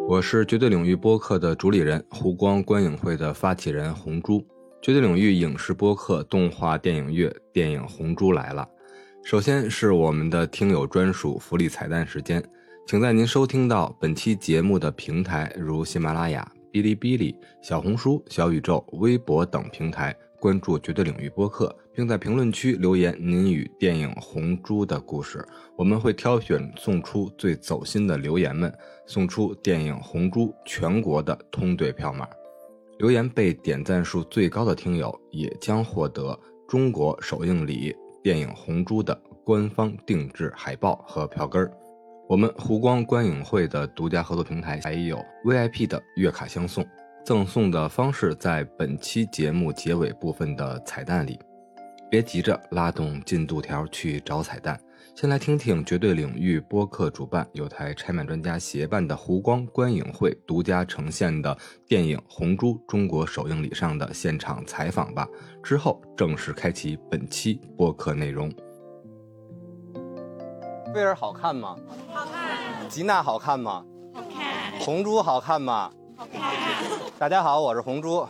我是绝对领域播客的主理人，湖光观影会的发起人红猪。绝对领域影视播客动画电影月电影红猪来了。首先是我们的听友专属福利彩蛋时间，请在您收听到本期节目的平台如喜马拉雅、哔哩哔哩、小红书、小宇宙、微博等平台关注绝对领域播客，并在评论区留言您与电影红猪的故事，我们会挑选送出最走心的留言们，送出电影红猪全国的通兑票码。留言被点赞数最高的听友也将获得中国首映礼电影红猪的官方定制海报和票根儿。我们湖光观影会的独家合作平台还有 VIP 的月卡相送，赠送的方式在本期节目结尾部分的彩蛋里。别急着拉动进度条去找彩蛋，先来听听绝对领域播客主办有台拆漫专家协办的湖光观影会独家呈现的电影红猪中国首映礼上的现场采访吧，之后正式开启本期播客内容。 威尔好看吗？ 好看。 吉娜好看吗？ 好看。 红猪好看吗？ 好看。 大家好，我是红猪。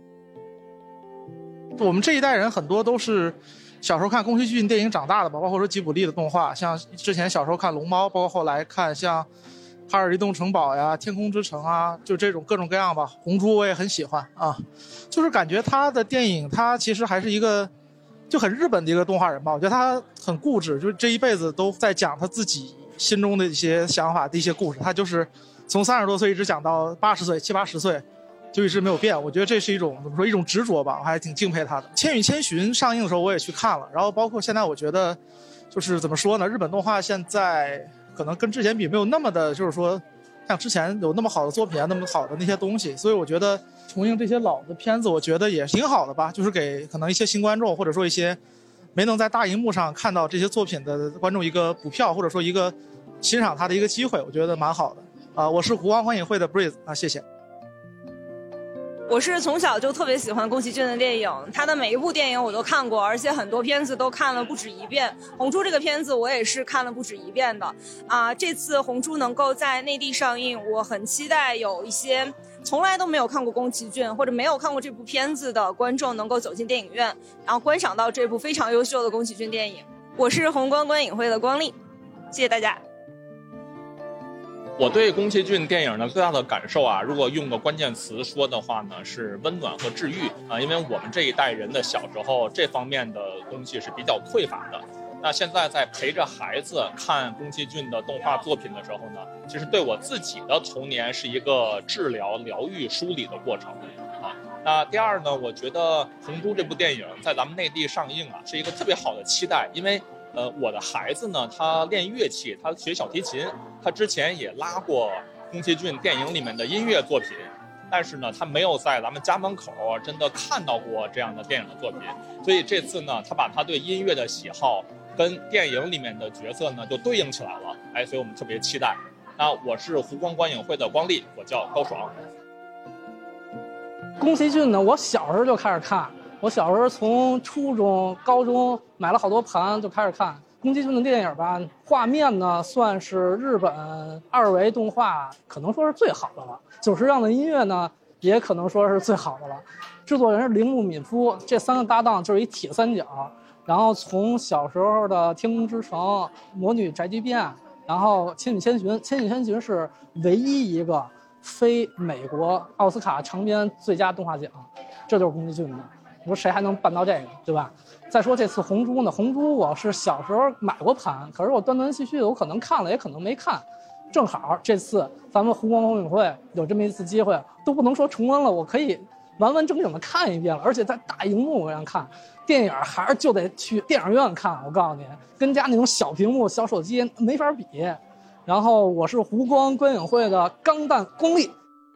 我们这一代人很多都是小时候看宫崎骏电影长大的吧，包括说吉卜力的动画，像之前小时候看龙猫，包括后来看像哈尔移动城堡呀、天空之城啊，就这种各种各样吧。红猪我也很喜欢啊，就是感觉他的电影他其实还是一个就很日本的一个动画人吧，我觉得他很固执，就是这一辈子都在讲他自己心中的一些想法的一些故事，他就是从30多岁一直讲到80岁、70、80岁。就一直没有变，我觉得这是一种怎么说，一种执着吧，我还挺敬佩他的。《千与千寻》上映的时候我也去看了，然后包括现在我觉得就是怎么说呢，日本动画现在可能跟之前比没有那么的，就是说像之前有那么好的作品啊，那么好的那些东西，所以我觉得重映这些老的片子我觉得也挺好的吧，就是给可能一些新观众或者说一些没能在大荧幕上看到这些作品的观众一个补票，或者说一个欣赏他的一个机会，我觉得蛮好的。我是湖光观影会的 Breeze 啊，谢谢。 我是从小就特别喜欢宫崎骏的电影，他的每一部电影我都看过，而且很多片子都看了不止一遍。红猪这个片子我也是看了不止一遍的这次红猪能够在内地上映，我很期待有一些从来都没有看过宫崎骏或者没有看过这部片子的观众能够走进电影院，然后观赏到这部非常优秀的宫崎骏电影。我是宏观观影会的光丽，谢谢大家。 我对宫崎骏电影的最大的感受如果用个关键词说的话呢，是温暖和治愈因为我们这一代人的小时候这方面的东西是比较匮乏的。那现在在陪着孩子看宫崎骏的动画作品的时候呢，其实对我自己的童年是一个治疗、疗愈、梳理的过程那第二呢，我觉得《红猪》这部电影在咱们内地上映是一个特别好的期待，因为我的孩子呢，他练乐器，他学小提琴，他之前也拉过宫崎骏电影里面的音乐作品，但是呢，他没有在咱们家门口真的看到过这样的电影的作品，所以这次呢，他把他对音乐的喜好跟电影里面的角色呢就对应起来了，所以我们特别期待。那我是湖光观影会的光丽，我叫高爽。 宫崎骏呢，我小时候就开始看。我小时候从初中、高中买了好多盘就开始看宫崎骏的电影吧，画面呢算是日本2维动画可能说是最好的了，久石让的音乐呢也可能说是最好的了，制作人是铃木敏夫，这3个搭档就是一铁三角。然后从小时候的《天空之城》、《魔女宅急便》，然后《千与千寻》，《千与千寻》是唯一一个非美国奥斯卡长篇最佳动画奖，这就是宫崎骏的。你说谁还能办到这个，对吧？再说这次红猪呢，红猪我是小时候买过盘，可是我断断续续我可能看了也可能没看，正好这次咱们湖光观影会有这么一次机会，都不能说重温了，我可以完完整整的看一遍了，而且在大荧幕上看电影还是就得去电影院看，我告诉你，跟家那种小屏幕小手机没法比。然后我是湖光观影会的钢弹光丽。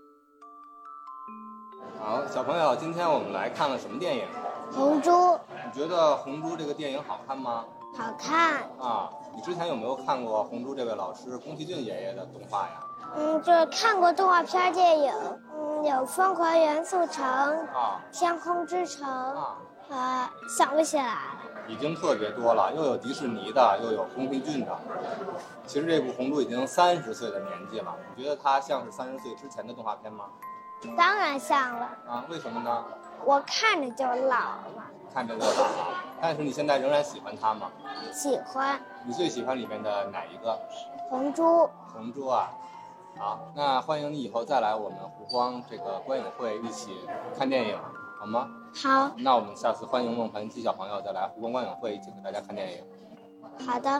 好，小朋友，今天我们来看了什么电影？ 红猪。 你觉得红猪这个电影好看吗？ 好看。 你之前有没有看过红猪这位老师宫崎骏爷爷的动画呀？ 就是看过动画片电影，有《疯狂元素城》 《 天空之城》想不起来了。 已经特别多了，又有迪士尼的，又有宫崎骏的。其实这部《红猪》已经30岁的年纪了，你觉得它像是30岁之前的动画片吗？ 当然像了。 啊，为什么呢？ 我看着就老了。 看着就老了，但是你现在仍然喜欢它吗？ 喜欢。 你最喜欢里面的哪一个？ 红猪。 红猪啊。好，那欢迎你以后再来我们湖光这个观影会一起看电影，好吗？ 好。 那我们下次欢迎孟凡基小朋友再来湖光观影会一起和大家看电影。 好的。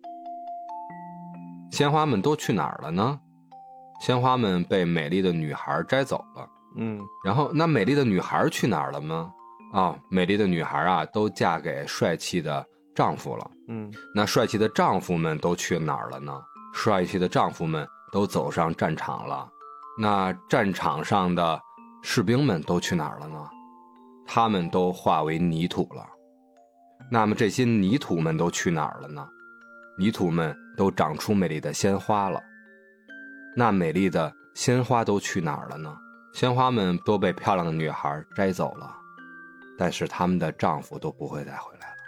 鲜花们都去哪儿了呢？鲜花们被美丽的女孩摘走了。然后那美丽的女孩去哪儿了吗？美丽的女孩啊，都嫁给帅气的丈夫了。那帅气的丈夫们都去哪儿了呢？帅气的丈夫们都走上战场了。那战场上的士兵们都去哪儿了呢？他们都化为泥土了。那么这些泥土们都去哪儿了呢？泥土们都长出美丽的鲜花了。那美丽的鲜花都去哪儿了呢？鲜花们都被漂亮的女孩摘走了，但是她们的丈夫都不会再回来了。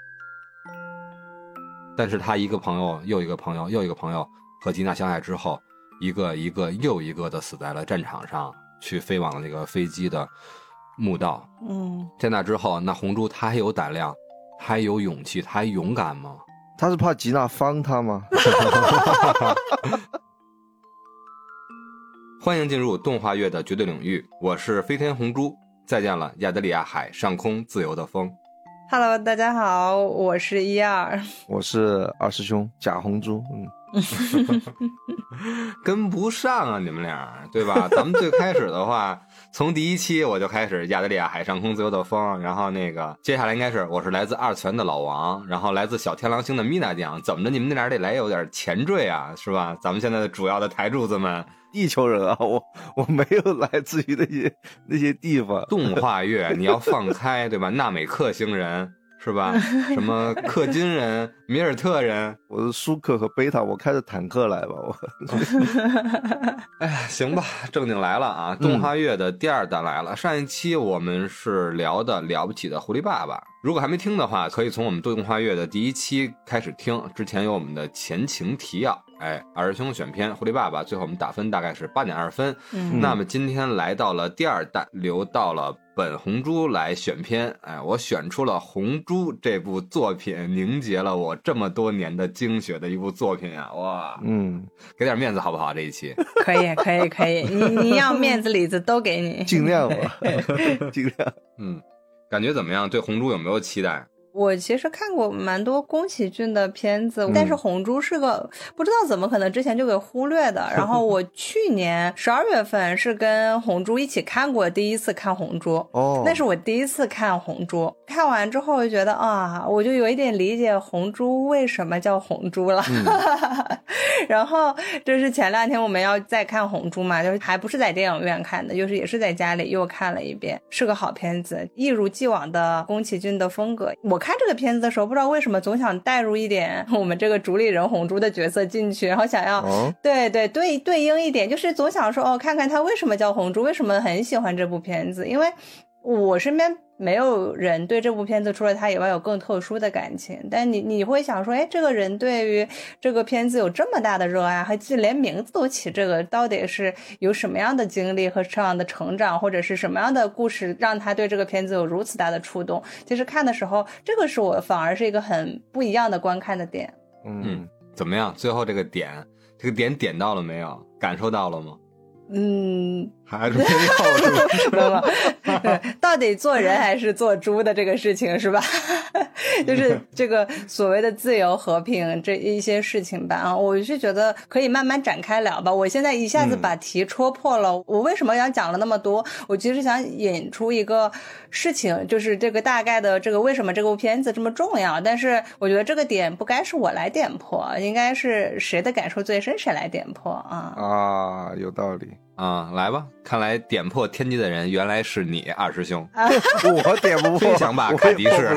但是她一个朋友又一个朋友又一个朋友和吉娜相爱之后，一个又一个的死在了战场上，去飞往那个飞机的墓道。在那之后，那红猪她还有胆量，还有勇气，她还勇敢吗？ 他是怕吉娜帮他吗？ 欢迎进入动画乐的绝对领域，我是飞天红猪，再见了亚得里亚海上空自由的风。 Hello， 大家好，我是12， 我是二师兄假红猪。 跟不上啊，你们俩，对吧？咱们最开始的话，从第1期我就开始亚得里亚海上空自由的风，然后那个接下来应该是我是来自二次元的老王，然后来自小天狼星的米娜酱，怎么着你们那俩得来有点前缀啊，是吧？咱们现在的主要的台柱子们。 地球人啊，我没有来自于那些地方。 动画乐你要放开，对吧？纳美克星人是吧？什么氪金人、米尔特人， 我是舒克和贝塔，我开着坦克来吧，我。 哎呀，行吧，正经来了啊！动画乐的第2弹来了。上一期我们是聊的了不起的狐狸爸爸，如果还没听的话，可以从我们动画乐的第1期开始听，之前有我们的前情提要。二师兄选片狐狸爸爸，最后我们打分大概是8.2分。那么今天来到了第2弹，留到了本红猪来选片。我选出了红猪这部作品，凝结了我这么多年的精血的一部作品啊！哇，给点面子好不好？这一期可以，你要面子里子都给你， 尽量吧，尽量。 感觉怎么样？对红猪有没有期待？ 我其实看过蛮多宫崎骏的片子，但是红猪是个不知道怎么可能之前就给忽略的。然后我去年12月份是跟红猪一起看过第一次看红猪，那是我第一次看红猪。看完之后我就觉得我就有一点理解红猪为什么叫红猪了。然后就是前2天我们要再看红猪嘛，就是还不是在电影院看的，就是也是在家里又看了一遍，是个好片子，一如既往的宫崎骏的风格。我看这个片子的时候，不知道为什么总想带入一点我们这个主理人红猪的角色进去，然后想要对应一点，就是总想说看看他为什么叫红猪，为什么很喜欢这部片子。因为我身边没有人对这部片子除了他以外有更特殊的感情，但你会想说这个人对于这个片子有这么大的热爱，还连名字都起这个，到底是有什么样的经历和这样的成长，或者是什么样的故事让他对这个片子有如此大的触动。其实看的时候，这个是我反而是一个很不一样的观看的点。 怎么样？最后这个点点到了没有？感受到了吗？还是没有到底做人还是做猪的这个事情是吧？就是这个所谓的自由和平这一些事情吧，我是觉得可以慢慢展开聊吧。我现在一下子把题戳破了，我为什么要讲了那么多？我其实想引出一个事情，就是这个大概的这个为什么这部片子这么重要，但是我觉得这个点不该是我来点破，应该是谁的感受最深谁来点破啊。 有道理。 啊，来吧！看来点破天机的人原来是你，二师兄。 我点不破， 飞翔吧，凯迪士。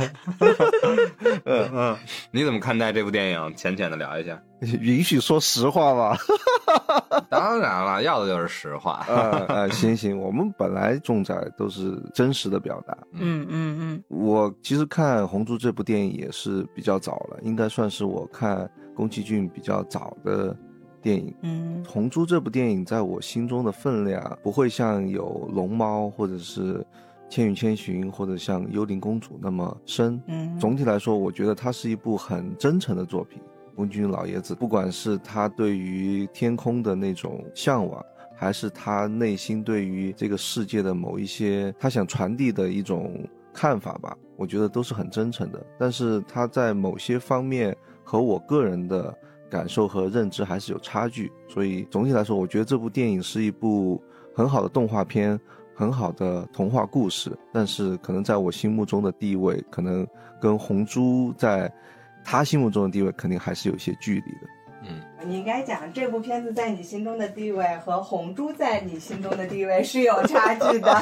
你怎么看待这部电影？浅浅的聊一下。 允许说实话吗？ 当然了，要的就是实话。 行，我们本来重在都是真实的表达。我其实看《红猪》这部电影也是比较早了，应该算是我看宫崎骏比较早的电影。红猪这部电影在我心中的分量不会像有龙猫或者是千与千寻或者像幽灵公主那么深。总体来说我觉得它是一部很真诚的作品。宫崎骏老爷子不管是他对于天空的那种向往，还是他内心对于这个世界的某一些他想传递的一种看法吧，我觉得都是很真诚的。但是他在某些方面和我个人的感受和认知还是有差距，所以总体来说我觉得这部电影是一部很好的动画片，很好的童话故事，但是可能在我心目中的地位可能跟红猪在他心目中的地位肯定还是有一些距离的。 你应该讲这部片子在你心中的地位和红猪在你心中的地位是有差距的。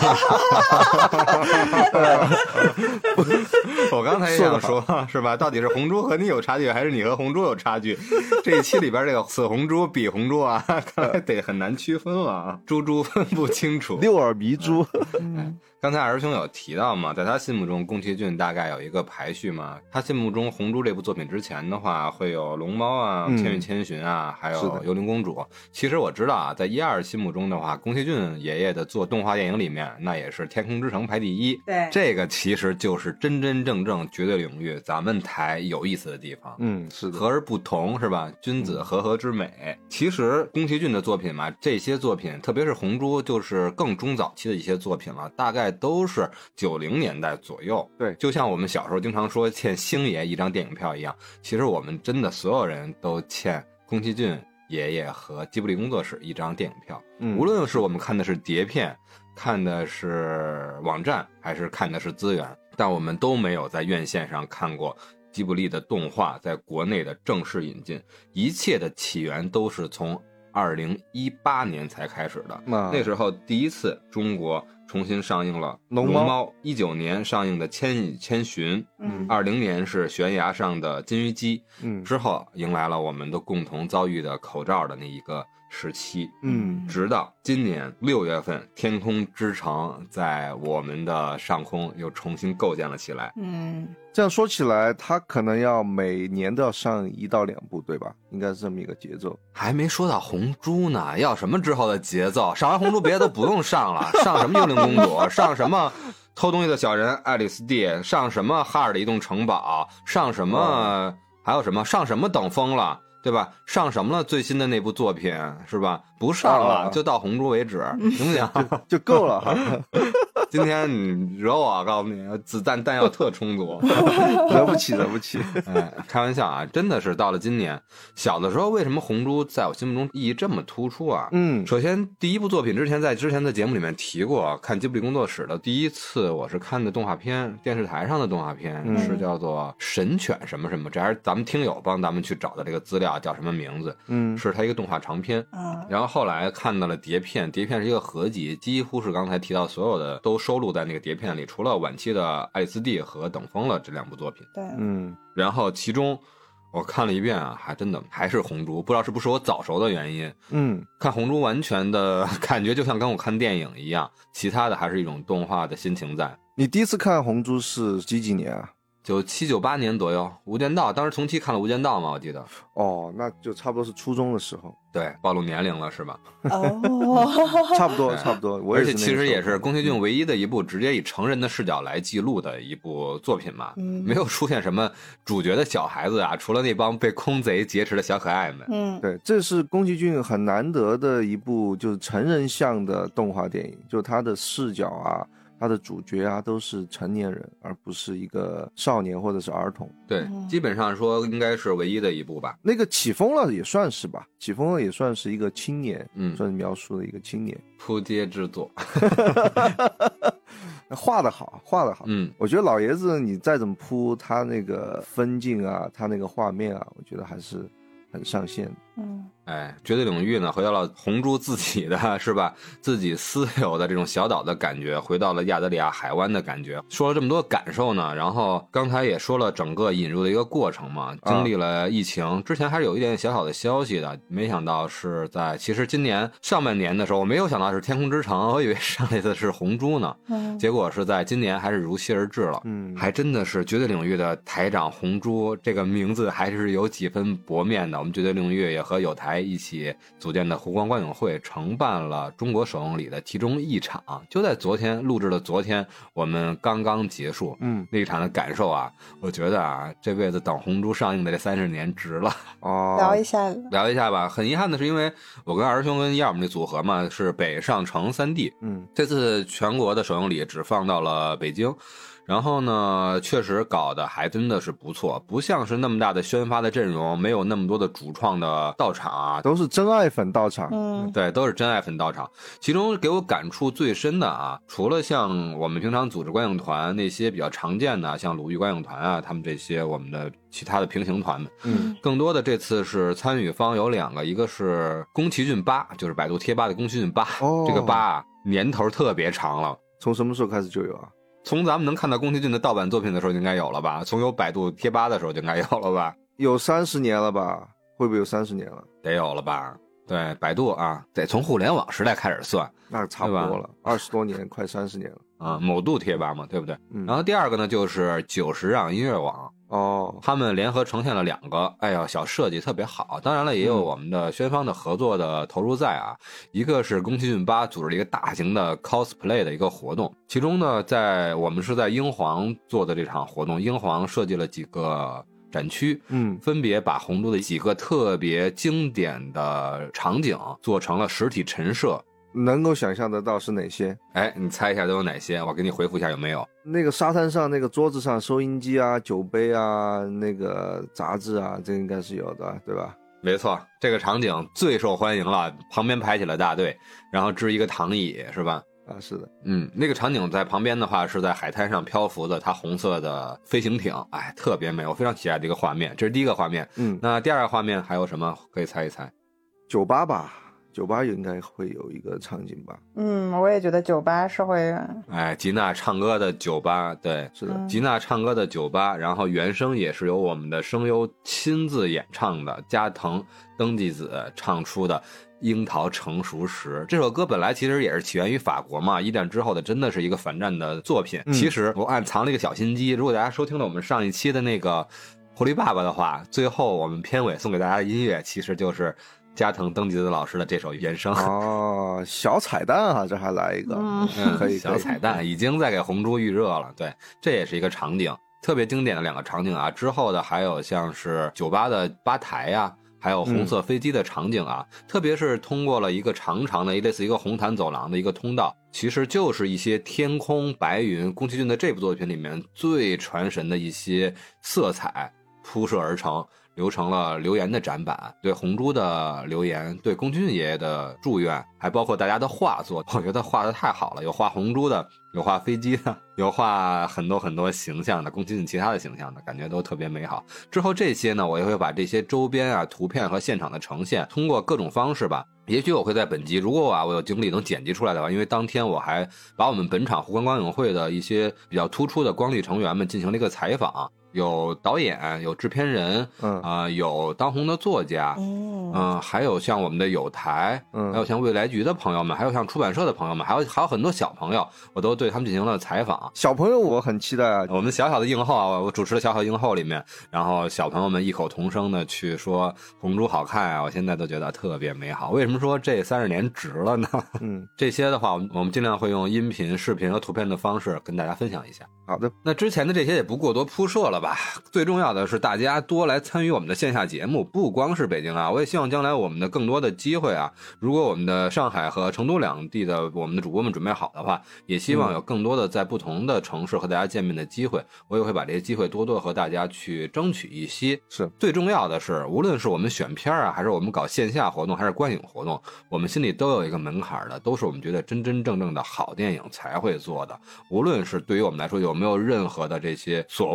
我刚才也想说，是吧？到底是红猪和你有差距，还是你和红猪有差距？这一期里边这个此红猪彼红猪啊，看来得很难区分了啊，猪分不清楚， 六耳猕猪。 刚才二师兄有提到嘛，在他心目中宫崎骏大概有一个排序嘛，他心目中红猪这部作品之前的话会有龙猫啊、千与千寻啊，还有幽灵公主。其实我知道啊，在1、2心目中的话，宫崎骏爷爷的做动画电影里面那也是天空之城排第一。 对， 这个其实就是真真正正绝对领域咱们台有意思的地方。 是的， 和而不同，是吧？君子和合之美。其实宫崎骏的作品嘛，这些作品特别是红猪就是更中早期的一些作品了，大概都是90年代左右。 对， 就像我们小时候经常说欠星爷一张电影票一样，其实我们真的所有人都欠宫崎骏爷爷和吉卜力工作室一张电影票。无论是我们看的是碟片，看的是网站，还是看的是资源，但我们都没有在院线上看过吉卜力的动画在国内的正式引进。一切的起源都是从2018年才开始的。那时候第一次中国重新上映了龙猫，19年上映的千与千寻，20年是悬崖上的金鱼姬，之后迎来了我们都共同遭遇的口罩的那一个时期，直到今年6月份，天空之城在我们的上空又重新构建了起来。 这样说起来，它可能要每年都要上1到2部，对吧？应该是这么一个节奏。 还没说到红猪呢，要什么之后的节奏？上完红猪别的都不用上了，上什么幽灵公主，上什么偷东西的小人爱丽丝蒂，上什么哈尔的移动城堡，上什么还有什么上什么等疯了，对吧？上什么了最新的那部作品，是吧？不上了，就到红猪为止，行不行？ 就够了哈。 今天你惹我，告诉你，子弹弹药特充足， 惹不起，惹不起。 开玩笑啊，真的是到了今年。小的时候，为什么红猪在我心目中意义这么突出啊？首先第一部作品在之前的节目里面提过，看吉卜力工作室的第一次，我是看的动画片，电视台上的动画片，是叫做神犬什么什么，这还是咱们听友帮咱们去找的这个资料叫什么名字？是它一个动画长片。然后后来看到了碟片，碟片是一个合集，几乎是刚才提到所有的都收录在那个碟片里，除了晚期的爱丽丝蒂和等疯了这2部作品。 对， 然后其中我看了一遍啊，还真的还是红猪，不知道是不是我早熟的原因。看红猪完全的感觉就像跟我看电影一样，其他的还是一种动画的心情在。 你第一次看红猪是几年啊 ？97、98年左右，无间道，当时同期看了无间道嘛，我记得。 那就差不多是初中的时候。 对，暴露年龄了是吧？ 差不多。我也是。 而且其实也是宫崎骏唯一的一部直接以成人的视角来记录的一部作品嘛，没有出现什么主角的小孩子啊，除了那帮被空贼劫持的小可爱们。 对，这是宫崎骏很难得的一部就是成人向的动画电影，就他的视角啊。他的主角啊都是成年人，而不是一个少年或者是儿童。 对，基本上说应该是唯一的一部吧。 那个起风了也算是吧，起风了也算是一个青年，算是描述的一个青年。 扑街之作， 画得好。我觉得老爷子你再怎么扑，他那个分镜啊，他那个画面啊，我觉得还是很上线的。 绝对领域呢回到了红猪自己的是吧，自己私有的这种小岛的感觉，回到了亚得里亚海湾的感觉。说了这么多感受呢，然后刚才也说了整个引入的一个过程嘛，经历了疫情，之前还是有一点小小的消息的，没想到是在其实今年上半年的时候，我没有想到是天空之城，我以为上一次是红猪呢，结果是在今年还是如期而至了。还真的是绝对领域的台长红猪这个名字还是有几分薄面的。我们绝对领域也和有台一起组建的湖光观影会承办了中国首映礼的其中一场，就在昨天录制的昨天，我们刚刚结束。那一场的感受啊，我觉得啊，这辈子等红猪上映的这30年值了。 聊一下吧。很遗憾的是，因为我跟二师兄跟燕儿们这组合嘛，是北上城3D。这次全国的首映礼只放到了北京。然后呢，确实搞得还真的是不错，不像是那么大的宣发的阵容，没有那么多的主创的到场啊， 都是真爱粉到场。 对，都是真爱粉到场。其中给我感触最深的啊，除了像我们平常组织观影团那些比较常见的，像鲁豫观影团啊，他们这些我们的其他的平行团们，更多的这次是参与方有2个，一个是宫崎骏8，就是百度贴吧的宫崎骏8，这个8啊年头特别长了。 从什么时候开始就有啊？ 从咱们能看到宫崎骏的盗版作品的时候应该有了吧，从有百度贴吧的时候就应该有了吧， 有30年了吧，会不会有30年了？ 得有了吧。对，百度啊，得从互联网时代开始算， 那差不多了，20多年，快30年了啊。某度贴吧嘛，对不对？然后第2个呢，就是90让音乐网。他们联合呈现了2个，哎呀，小设计特别好。当然了，也有我们的宣方的合作的投入在啊。一个是宫崎骏8组织了一个大型的 cosplay 的一个活动，其中呢，我们是在英皇做的这场活动，英皇设计了几个展区，分别把红猪的几个特别经典的场景做成了实体陈设。 能够想象得到是哪些？ 你猜一下都有哪些？我给你回复一下有没有？ 那个沙滩上那个桌子上收音机啊、酒杯啊、那个杂志啊，这应该是有的，对吧？ 没错，这个场景最受欢迎了，旁边排起了大队，然后支一个躺椅，是吧？ 是的。 那个场景在旁边的话是在海滩上漂浮的它红色的飞行艇，特别美，我非常期待这个画面。这是第一个画面。那第2个画面还有什么？可以猜一猜。 酒吧吧。酒吧应该会有一个场景吧。 我也觉得酒吧是会。 吉娜唱歌的酒吧，对， 是的， 吉娜唱歌的酒吧，然后原声也是由我们的声优亲自演唱的，加藤登纪子唱出的樱桃成熟时。这首歌本来其实也是起源于法国嘛，一战之后的真的是一个反战的作品。其实我暗藏了一个小心机，如果大家收听了我们上一期的那个狐狸爸爸的话，最后我们片尾送给大家的音乐其实就是加藤登纪子老师的这首原声。 小彩蛋啊，这还来一个。可以小彩蛋已经在给红猪预热了。对，这也是一个场景，特别经典的2个场景啊。之后的还有像是酒吧的吧台啊，还有红色飞机的场景啊，特别是通过了一个长长的类似一个红毯走廊的一个通道，其实就是一些天空白云，宫崎骏的这部作品里面最传神的一些色彩铺设而成，留成了留言的展板，对红猪的留言，对宫崎骏爷爷的祝愿，还包括大家的画作，我觉得画得太好了，有画红猪的，有画飞机的，有画很多很多形象的，宫崎骏其他的形象的，感觉都特别美好。之后这些呢，我也会把这些周边啊、图片和现场的呈现，通过各种方式吧，也许我会在本集，如果我有精力能剪辑出来的话，因为当天我还把我们本场湖光观影会的一些比较突出的光力成员们进行了一个采访，有导演，有制片人，有当红的作家，还有像我们的有台，还有像未来局的朋友们，还有像出版社的朋友们，还有很多小朋友，我都对他们进行了采访。 小朋友我很期待啊， 我们小小的映后啊，我主持了小小映后里面，然后小朋友们异口同声的去说红猪好看啊，我现在都觉得特别美好。为什么说这30年值了呢？这些的话我们尽量会用音频、视频和图片的方式跟大家分享一下。 好的， 那之前的这些也不过多铺设了吧，最重要的是大家多来参与我们的线下节目，不光是北京啊，我也希望将来我们的更多的机会啊，如果我们的上海和成都两地的我们的主播们准备好的话，也希望有更多的在不同的城市和大家见面的机会，我也会把这些机会多多和大家去争取一些。 是最重要的是，无论是我们选片啊，还是我们搞线下活动，还是观影活动，我们心里都有一个门槛的，都是我们觉得真真正正的好电影才会做的。无论是对于我们来说有没有任何的这些所谓的大家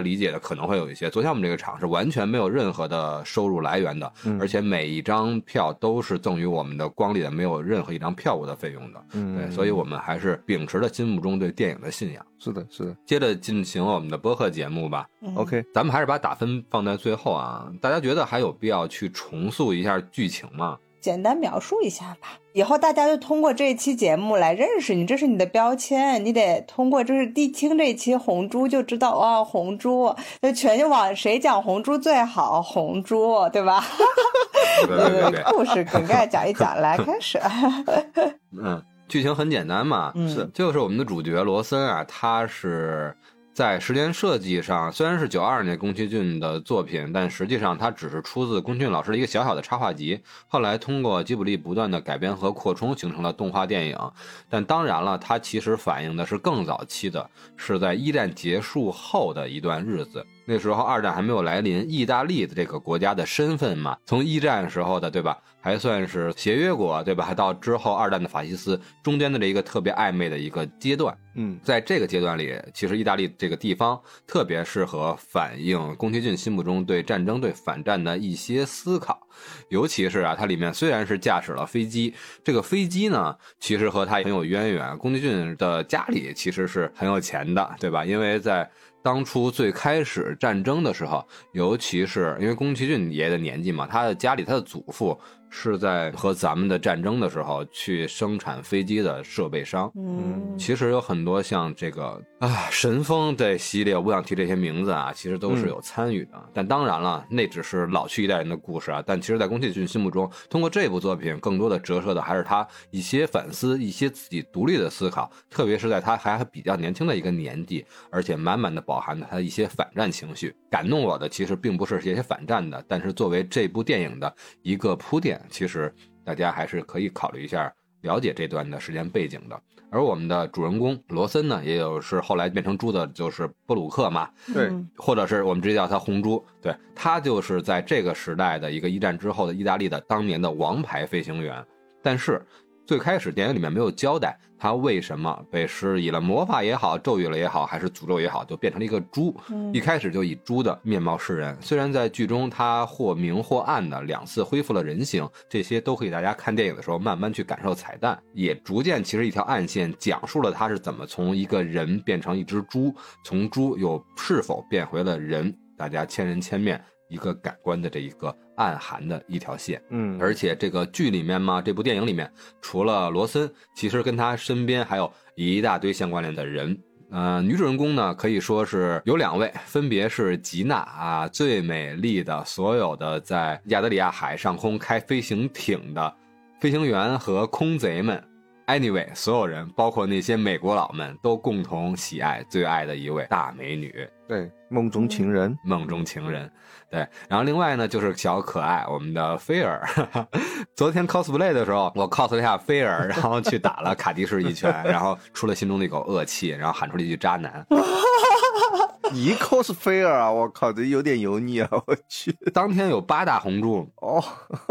理解的可能会有一些。昨天我们这个场是完全没有任何的收入来源的，而且每一张票都是赠予我们的光里的，没有任何一张票务的费用的。对，所以我们还是秉持了心目中对电影的信仰。 是的，是的。 接着进行我们的播客节目吧。 OK， 咱们还是把打分放在最后啊。大家觉得还有必要去重塑一下剧情吗？ 简单描述一下吧，以后大家就通过这一期节目来认识你，这是你的标签，你得通过就是听这一期红猪就知道哦，红猪就全往谁讲红猪最好，红猪对吧？ 对， 故事梗概讲一讲，来开始。 剧情很简单嘛，就是我们的主角罗森啊，他是在时间设计上虽然是92年宫崎骏的作品，但实际上它只是出自宫崎骏老师的一个小小的插画集，后来通过吉卜力不断的改编和扩充形成了动画电影。但当然了，它其实反映的是更早期的，是在一战结束后的一段日子。那时候二战还没有来临，意大利的这个国家的身份嘛，从一战时候的对吧，还算是协约国对吧，还到之后二战的法西斯中间的这一个特别暧昧的一个阶段。在这个阶段里，其实意大利这个地方特别适合反映宫崎骏心目中对战争对反战的一些思考。尤其是啊，它里面虽然是驾驶了飞机，这个飞机呢其实和它很有渊源，宫崎骏的家里其实是很有钱的对吧，因为在当初最开始战争的时候，尤其是因为宫崎骏爷的年纪嘛，他的家里他的祖父是在和咱们的战争的时候去生产飞机的设备商。其实有很多像这个神风的系列，我不想提这些名字啊，其实都是有参与的。但当然了，那只是老去一代人的故事啊。但其实在宫崎骏心目中，通过这部作品更多的折射的还是他一些反思，一些自己独立的思考，特别是在他还比较年轻的一个年纪，而且满满的饱含了他一些反战情绪。感动我的其实并不是这些反战的，但是作为这部电影的一个铺垫，其实大家还是可以考虑一下了解这段的时间背景的。而我们的主人公罗森呢，也有是后来变成猪的，就是波鲁克嘛， 对， 或者是我们直接叫他红猪，对，他就是在这个时代的一个一战之后的意大利的当年的王牌飞行员。但是最开始电影里面没有交代他为什么被施以了魔法也好，咒语了也好，还是诅咒也好，就变成了一个猪。一开始就以猪的面貌示人，虽然在剧中他或明或暗的2次恢复了人形，这些都可以大家看电影的时候慢慢去感受彩蛋，也逐渐其实一条暗线讲述了他是怎么从一个人变成一只猪，从猪又是否变回了人，大家千人千面一个感官的这一个暗含的一条线。而且这个剧里面嘛，这部电影里面除了罗森，其实跟他身边还有一大堆相关联的人。女主人公呢可以说是有2位，分别是吉娜啊，最美丽的所有的在亚得里亚海上空开飞行艇的飞行员和空贼们。Anyway， 所有人包括那些美国佬们都共同喜爱最爱的一位大美女， 对，梦中情人， 梦中情人，对。然后另外呢就是小可爱我们的菲尔，昨天 cosplay 的时候我 cos 了一下菲尔，然后去打了卡迪士一拳，然后出了心中的一口恶气，然后喊出了一句渣男。 你 cos 菲尔啊，我靠，这有点油腻啊，我去。 当天有8大红猪哦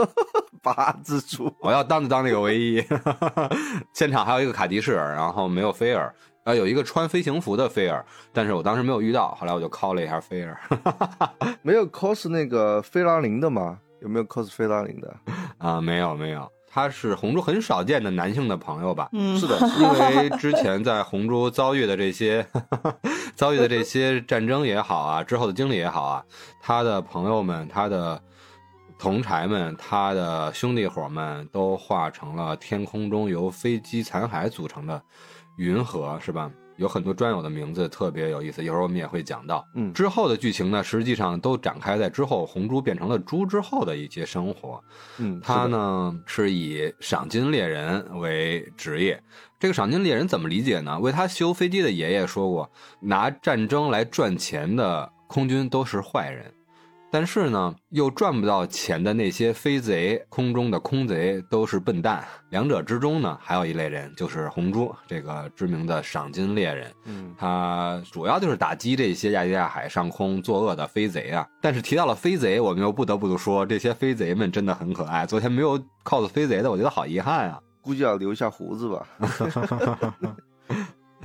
，8只猪， 我要当那个唯一。现场还有一个卡迪士，然后没有菲尔，有一个穿飞行服的菲尔，但是我当时没有遇到，后来我就 cos 了一下菲尔。 没有 cos 那个菲拉林的吗？有没有 cos 菲拉林的？ 没有。他是红猪很少见的男性的朋友吧？ 是的， 因为之前在红猪遭遇的这些战争也好啊，之后的经历也好啊，他的朋友们，他的同柴们，他的兄弟伙们都化成了天空中由飞机残骸组成的云河，是吧？有很多专有的名字，特别有意思，一会儿我们也会讲到。之后的剧情呢，实际上都展开在之后红猪变成了猪之后的一些生活。他呢是以赏金猎人为职业。这个赏金猎人怎么理解呢？为他修飞机的爷爷说过，拿战争来赚钱的空军都是坏人。但是呢，又赚不到钱的那些飞贼，空中的空贼都是笨蛋。两者之中呢，还有一类人，就是红猪这个知名的赏金猎人。他主要就是打击这些亚得里亚海上空作恶的飞贼啊。但是提到了飞贼，我们又不得不说，这些飞贼们真的很可爱。昨天没有 cos 飞贼的，我觉得好遗憾啊。 估计要留下胡子吧。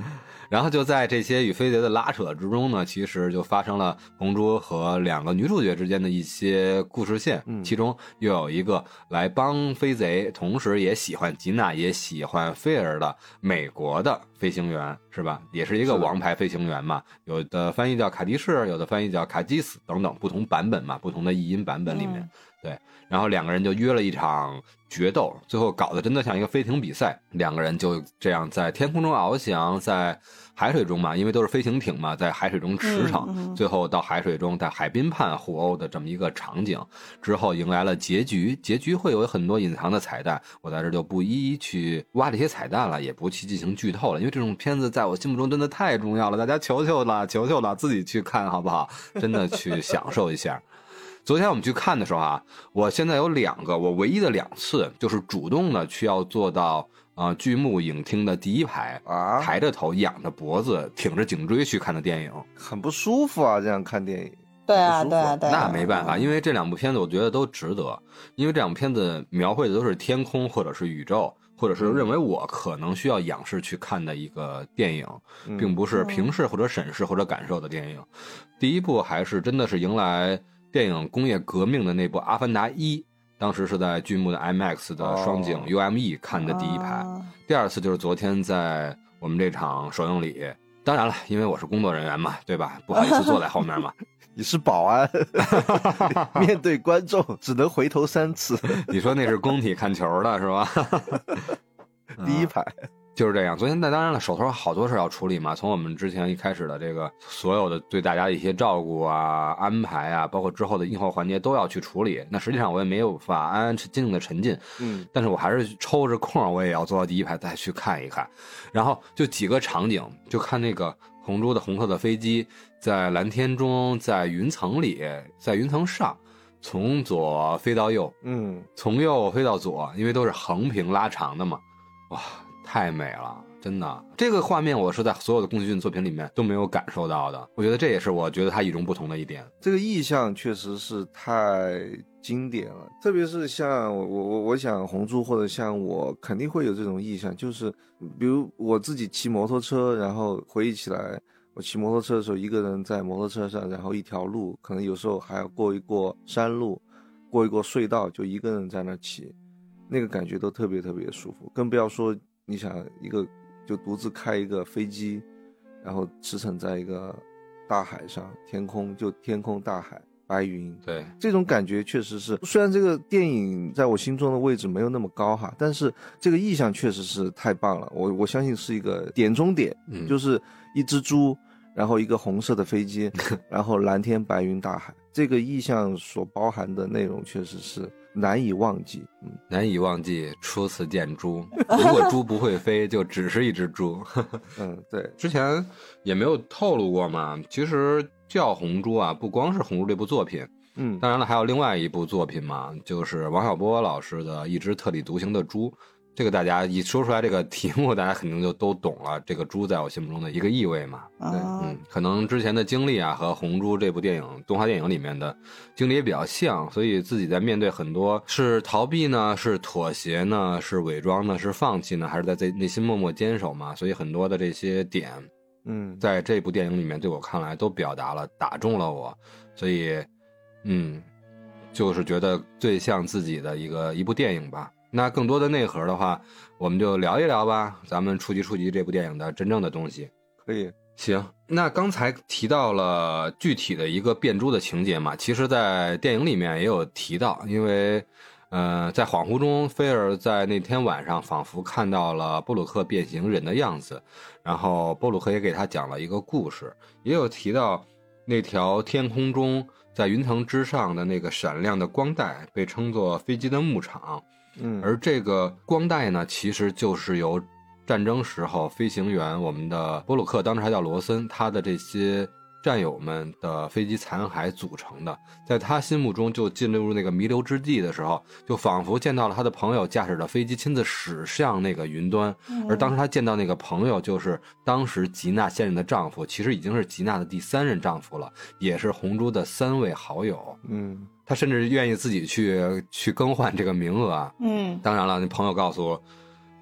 然后就在这些与飞贼的拉扯之中呢，其实就发生了红珠和2个女主角之间的一些故事线，其中又有一个来帮飞贼，同时也喜欢吉娜也喜欢菲儿的美国的飞行员，是吧？也是一个王牌飞行员嘛，有的翻译叫卡迪士，有的翻译叫卡基斯等等不同版本嘛，不同的译音版本里面，对。然后2个人就约了一场决斗，最后搞得真的像一个飞行比赛，2个人就这样在天空中翱翔，在海水中嘛，因为都是飞行艇嘛，在海水中驰骋，最后到海水中在海滨畔互殴的这么一个场景，之后迎来了结局，结局会有很多隐藏的彩蛋，我在这就不一一去挖这些彩蛋了，也不去进行剧透了，因为这种片子在我心目中真的太重要了，大家求求了，自己去看好不好？真的去享受一下。昨天我们去看的时候啊，我现在有2个，我唯一的2次就是主动的去要坐到剧目影厅的第1排啊，抬着头仰着脖子挺着颈椎去看的电影， 很不舒服啊，这样看电影。 对啊， 那没办法，因为这2部片子我觉得都值得，因为这2部片子描绘的都是天空或者是宇宙，或者是认为我可能需要仰视去看的一个电影，并不是平视或者审视或者感受的电影。第一部还是真的是迎来电影工业革命的那部《阿凡达1》，当时是在剧目的 IMAX 的双井 UME 看的第1排。第2次就是昨天在我们这场首映礼，当然了，因为我是工作人员嘛，对吧？不好意思坐在后面嘛。 你是保安，面对观众只能回头3次。 你说那是工体看球的是吧？ 第1排。 就是这样，昨天当然了，手头好多事要处理嘛。从我们之前一开始的这个所有的对大家的一些照顾啊、安排啊，包括之后的映后环节都要去处理。那实际上我也没有法安安静静的沉浸，但是我还是抽着空，我也要坐到第1排再去看一看。然后就几个场景，就看那个红珠的红色的飞机在蓝天中，在云层里，在云层上，从左飞到右，从右飞到左，因为都是横屏拉长的嘛，哇。太美了，真的，这个画面我是在所有的宫崎骏作品里面都没有感受到的，我觉得这也是我觉得它与众不同的一点。 这个意象确实是太经典了，特别是像我想红珠或者像我肯定会有这种意象，就是比如我自己骑摩托车，然后回忆起来我骑摩托车的时候，一个人在摩托车上，然后一条路可能有时候还要过一过山路，过一过隧道，就一个人在那骑，那个感觉都特别特别舒服，更不要说你想一个就独自开一个飞机，然后驰骋在一个大海上，天空大海白云， 对， 这种感觉确实是，虽然这个电影在我心中的位置没有那么高哈，但是这个意象确实是太棒了，我相信是一个点中点，就是一只猪，然后一个红色的飞机，然后蓝天白云大海，这个意象所包含的内容确实是难以忘记， 难以忘记初次见猪。如果猪不会飞，就只是一只猪。 对， 之前也没有透露过嘛。其实叫红猪啊，不光是红猪这部作品，当然了，还有另外一部作品嘛，就是王小波老师的《一只特立独行的猪》。这个大家一说出来这个题目，大家肯定就都懂了。这个猪在我心目中的一个意味嘛，对，可能之前的经历啊和红猪这部电影动画电影里面的经历也比较像，所以自己在面对很多是逃避呢，是妥协呢，是伪装呢，是放弃呢，还是在内心默默坚守嘛？所以很多的这些点，在这部电影里面对我看来都表达了，打中了我，所以，就是觉得最像自己的一部电影吧。那更多的内核的话，我们就聊一聊吧，咱们触及这部电影的真正的东西。 可以， 行。那刚才提到了具体的一个变猪的情节嘛，其实在电影里面也有提到，因为在恍惚中，菲尔在那天晚上仿佛看到了波鲁克变形人的样子，然后波鲁克也给他讲了一个故事，也有提到那条天空中在云层之上的那个闪亮的光带被称作飞机的牧场。而这个光带呢，其实就是由战争时候飞行员，我们的波鲁克当时还叫罗森，他的这些战友们的飞机残骸组成的。在他心目中就进入那个弥留之地的时候，就仿佛见到了他的朋友驾驶着飞机亲自驶向那个云端，而当时他见到那个朋友就是当时吉娜现任的丈夫，其实已经是吉娜的第3任丈夫了，也是红珠的3位好友。他甚至愿意自己去更换这个名额。当然了，那朋友告诉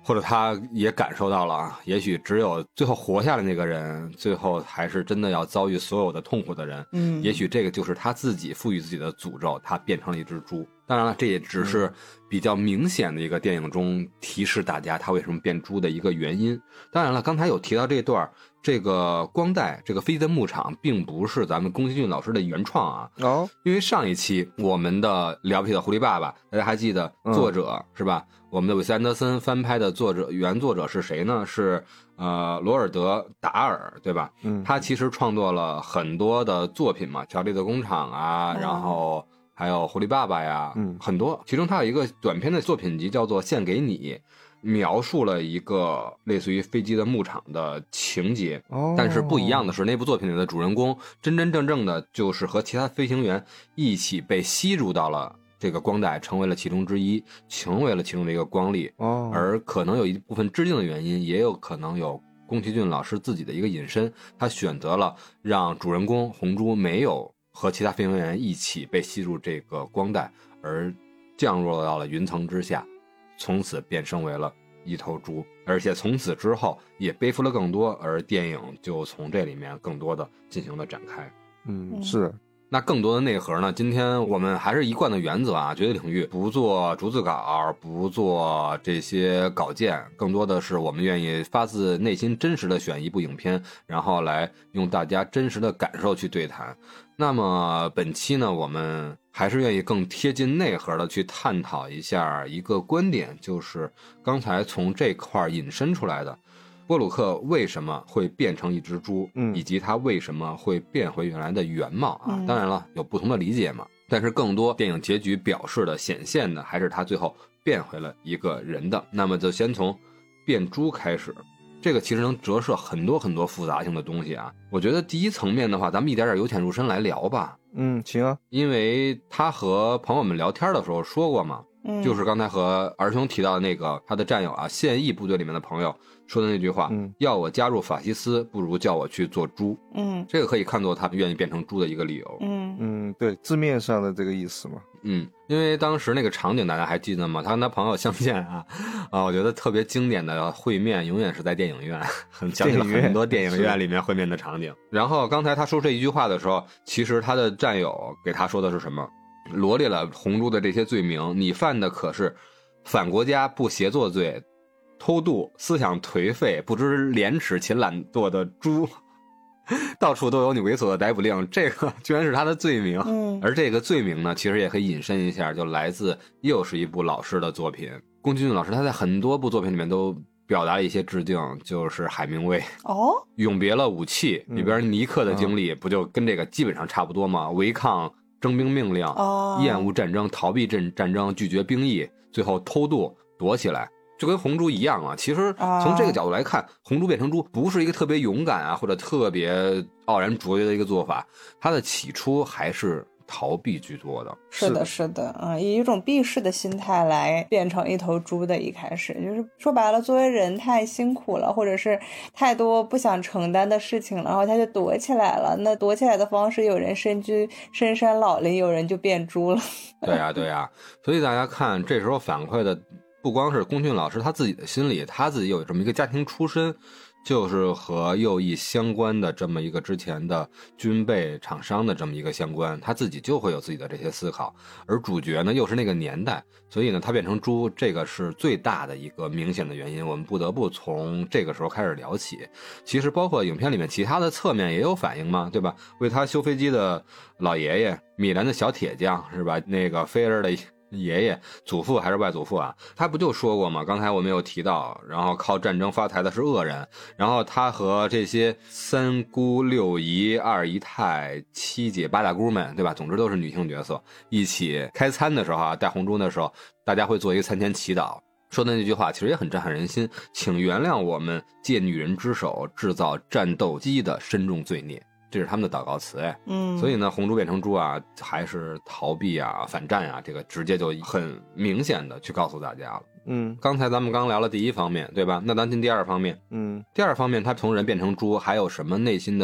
或者他也感受到了，也许只有最后活下来那个人，最后还是真的要遭遇所有的痛苦的人。也许这个就是他自己赋予自己的诅咒，他变成了一只猪。当然了，这也只是比较明显的一个电影中提示大家他为什么变猪的一个原因。当然了，刚才有提到这段，这个光带这个飞机的牧场并不是咱们宫崎骏老师的原创啊。因为上一期我们的聊不起的狐狸爸爸，大家还记得作者是吧？我们的韦斯安德森翻拍的原作者是谁呢？是罗尔德达尔，对吧？他其实创作了很多的作品嘛，乔丽的工厂啊，然后还有狐狸爸爸呀，很多。其中他有一个短篇的作品集叫做《献给你》，描述了一个类似于飞机的牧场的情节。但是不一样的是，那部作品里的主人公真真正正的就是和其他飞行员一起被吸入到了这个光带，成为了其中之一，成为了其中的一个光粒。而可能有一部分致敬的原因，也有可能有宫崎骏老师自己的一个隐身，他选择了让主人公红猪没有和其他飞行员一起被吸入这个光带，而降落到了云层之下，从此变身为了一头猪，而且从此之后也背负了更多，而电影就从这里面更多的进行了展开。 是的。 那更多的内核呢，今天我们还是一贯的原则啊，绝对领域不做逐字稿，不做这些稿件，更多的是我们愿意发自内心真实的选一部影片，然后来用大家真实的感受去对谈。那么本期呢，我们还是愿意更贴近内核的去探讨一下一个观点，就是刚才从这块引申出来的波鲁克为什么会变成一只猪，以及他为什么会变回原来的原貌啊？当然了，有不同的理解嘛。但是更多电影结局表示的、显现的，还是他最后变回了一个人的。那么就先从变猪开始，这个其实能折射很多很多复杂性的东西啊。我觉得第一层面的话，咱们一点点由浅入深来聊吧。 行啊。 因为他和朋友们聊天的时候说过嘛，就是刚才和儿兄提到的那个他的战友啊，现役部队里面的朋友说的那句话，要我加入法西斯，不如叫我去做猪。这个可以看作他愿意变成猪的一个理由。 对，字面上的这个意思嘛。 因为当时那个场景大家还记得吗？他跟他朋友相见我觉得特别经典的会面永远是在电影院，讲起了很多电影院里面会面的场景。然后刚才他说这一句话的时候，其实他的战友给他说的是什么？罗列了红猪的这些罪名，你犯的可是反国家不协作罪、偷渡、思想颓废、不知廉耻且懒惰的猪，到处都有你猥琐的逮捕令，这个居然是他的罪名。而这个罪名呢，其实也可以引申一下，就来自又是一部老师的作品。宫崎骏老师他在很多部作品里面都表达了一些致敬，就是海明威永别了武器里边尼克的经历，不就跟这个基本上差不多吗？违抗征兵命令，厌恶战争，逃避战争，拒绝兵役，最后偷渡躲起来，就跟红猪一样啊。其实从这个角度来看，红猪变成猪不是一个特别勇敢或者特别傲然卓越的一个做法，它的起初还是逃避居多的。 是的，以一种避世的心态来变成一头猪的。一开始就是说白了，作为人太辛苦了，或者是太多不想承担的事情了，然后他就躲起来了。那躲起来的方式，有人深山老林，有人就变猪了。 对呀，所以大家看这时候反馈的不光是宫崎骏老师他自己的心理，他自己有这么一个家庭出身，就是和右翼相关的这么一个之前的军备厂商的这么一个相关，他自己就会有自己的这些思考。而主角呢又是那个年代，所以呢他变成猪，这个是最大的一个明显的原因。我们不得不从这个时候开始聊起。其实包括影片里面其他的侧面也有反应嘛，对吧？为他修飞机的老爷爷，米兰的小铁匠是吧？那个菲儿的爷爷祖父还是外祖父啊，他不就说过吗？刚才我们有提到，然后靠战争发财的是恶人，然后他和这些三姑六姨二姨太七姐八大姑们，对吧？总之都是女性角色，一起开餐的时候带红猪的时候，大家会做一个餐前祈祷，说的那句话其实也很震撼人心，请原谅我们借女人之手制造战斗机的深重罪孽，这是他们的祷告词。所以呢红猪变成猪啊，还是逃避反战这个直接就很明显的去告诉大家了。刚才咱们刚聊了第一方面，对吧？那咱进第二方面。第二方面他从人变成猪还有什么内心的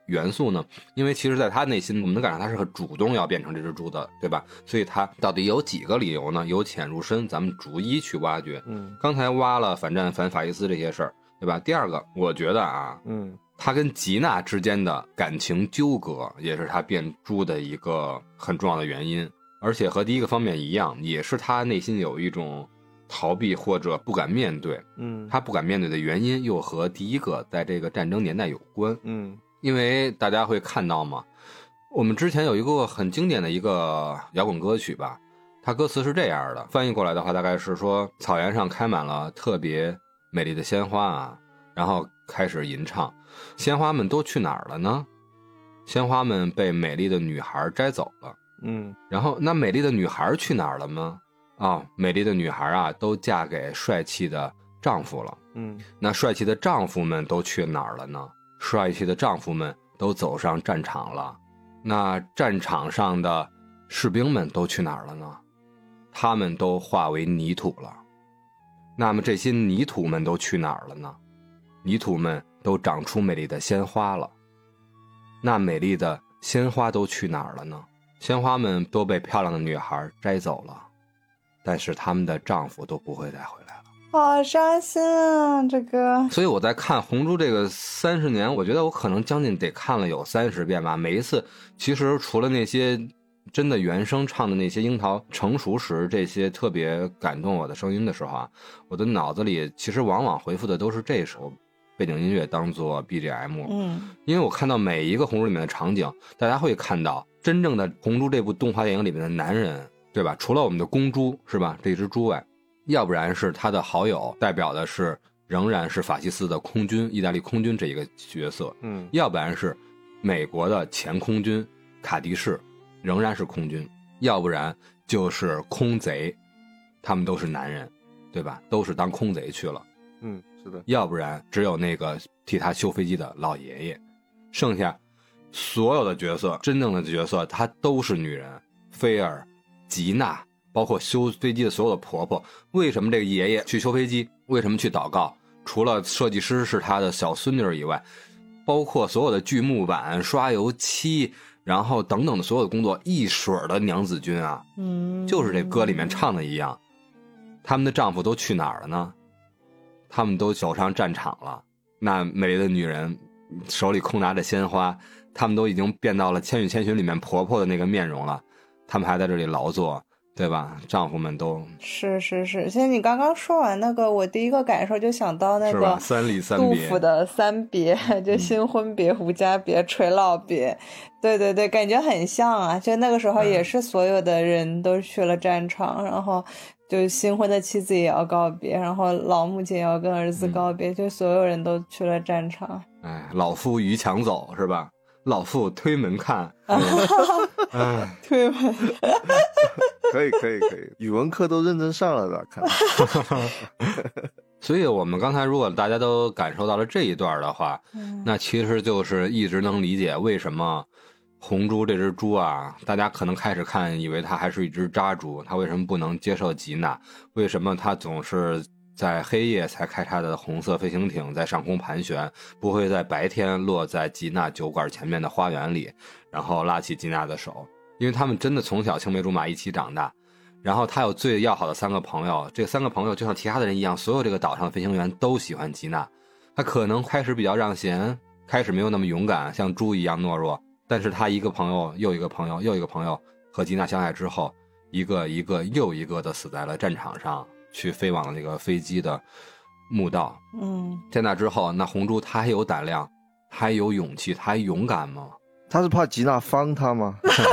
元素呢？因为其实在他内心我们能感受他是很主动要变成这只猪的，对吧？所以他到底有几个理由呢？由浅入深，咱们逐一去挖掘。刚才挖了反战反法西斯这些事儿，对吧？第二个我觉得啊，他跟吉娜之间的感情纠葛也是他变猪的一个很重要的原因，而且和第一个方面一样，也是他内心有一种逃避或者不敢面对。他不敢面对的原因又和第一个在这个战争年代有关。因为大家会看到嘛，我们之前有一个很经典的一个摇滚歌曲吧，它歌词是这样的，翻译过来的话大概是说，草原上开满了特别美丽的鲜花啊，然后开始吟唱，鲜花们都去哪儿了呢？鲜花们被美丽的女孩摘走了。然后那美丽的女孩去哪儿了吗？美丽的女孩啊都嫁给帅气的丈夫了。那帅气的丈夫们都去哪儿了呢？帅气的丈夫们都走上战场了。那战场上的士兵们都去哪儿了呢？他们都化为泥土了。那么这些泥土们都去哪儿了呢？泥土们都长出美丽的鲜花了。那美丽的鲜花都去哪儿了呢？鲜花们都被漂亮的女孩摘走了，但是她们的丈夫都不会再回来了。 好伤心啊，这个。 所以我在看《红猪》这个30年，我觉得我可能将近得看了有30遍吧。每一次，其实除了那些真的原声唱的那些樱桃成熟时这些特别感动我的声音的时候啊，我的脑子里其实往往回复的都是这首背景音乐当做 BGM。因为我看到每一个红猪里面的场景，大家会看到真正的红猪这部动画电影里面的男人，对吧？除了我们的公猪是吧，这只猪外，要不然是他的好友，代表的是仍然是法西斯的空军，意大利空军这一个角色。要不然是美国的前空军卡迪士，仍然是空军，要不然就是空贼，他们都是男人，对吧？都是当空贼去了。 是的。 要不然只有那个替他修飞机的老爷爷，剩下所有的角色，真正的角色，她都是女人。菲尔、吉娜，包括修飞机的所有的婆婆。为什么这个爷爷去修飞机？为什么去祷告？除了设计师是他的小孙女以外，包括所有的锯木板、刷油漆，然后等等的所有的工作，一水的娘子军啊，就是这歌里面唱的一样。他们的丈夫都去哪儿了呢？他们都走上战场了。那美丽的女人手里空拿着鲜花，他们都已经变到了《千与千寻》里面婆婆的那个面容了，他们还在这里劳作，对吧？丈夫们都是。其实你刚刚说完那个，我第一个感受就想到那个三离三别， 杜甫的三别，就新婚别、无家别、垂老别。对，感觉很像啊。就那个时候也是所有的人都去了战场，然后就新婚的妻子也要告别，然后老母亲也要跟儿子告别，就所有人都去了战场。 老夫逾墙走是吧？老妇推门看。 推门可以，语文课都认真上了的，看。 所以我们刚才如果大家都感受到了这一段的话，那其实就是一直能理解为什么红猪这只猪啊，大家可能开始看以为它还是一只渣猪，它为什么不能接受吉娜？为什么它总是在黑夜才开它的红色飞行艇在上空盘旋，不会在白天落在吉娜酒馆前面的花园里，然后拉起吉娜的手？因为他们真的从小青梅竹马一起长大，然后他有最要好的3个朋友，这3个朋友就像其他的人一样，所有这个岛上的飞行员都喜欢吉娜。他可能开始比较让贤，开始没有那么勇敢，像猪一样懦弱，但是他一个朋友又一个朋友又一个朋友和吉娜相爱之后，一个又一个的死在了战场上，去飞往那个飞机的墓道。在那之后，那红猪他还有胆量，他还有勇气，他还勇敢吗？ 他是怕吉娜方他吗？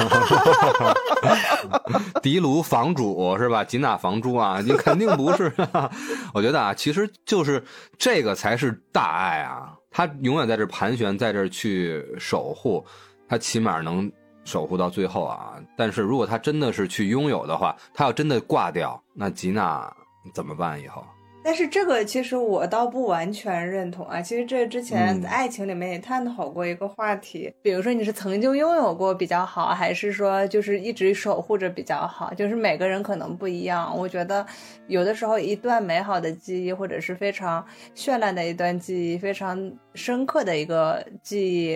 迪卢房主是吧？吉娜房猪啊，你肯定不是。我觉得啊，其实就是这个才是大爱啊！他永远在这盘旋，在这去守护，他起码能守护到最后啊。但是如果他真的是去拥有的话，他要真的挂掉，那吉娜怎么办以后？ 但是这个其实我倒不完全认同啊。其实这之前在爱情里面也探讨过一个话题，比如说你是曾经拥有过比较好，还是说就是一直守护着比较好，就是每个人可能不一样。我觉得有的时候一段美好的记忆，或者是非常绚烂的一段记忆，非常深刻的一个记忆，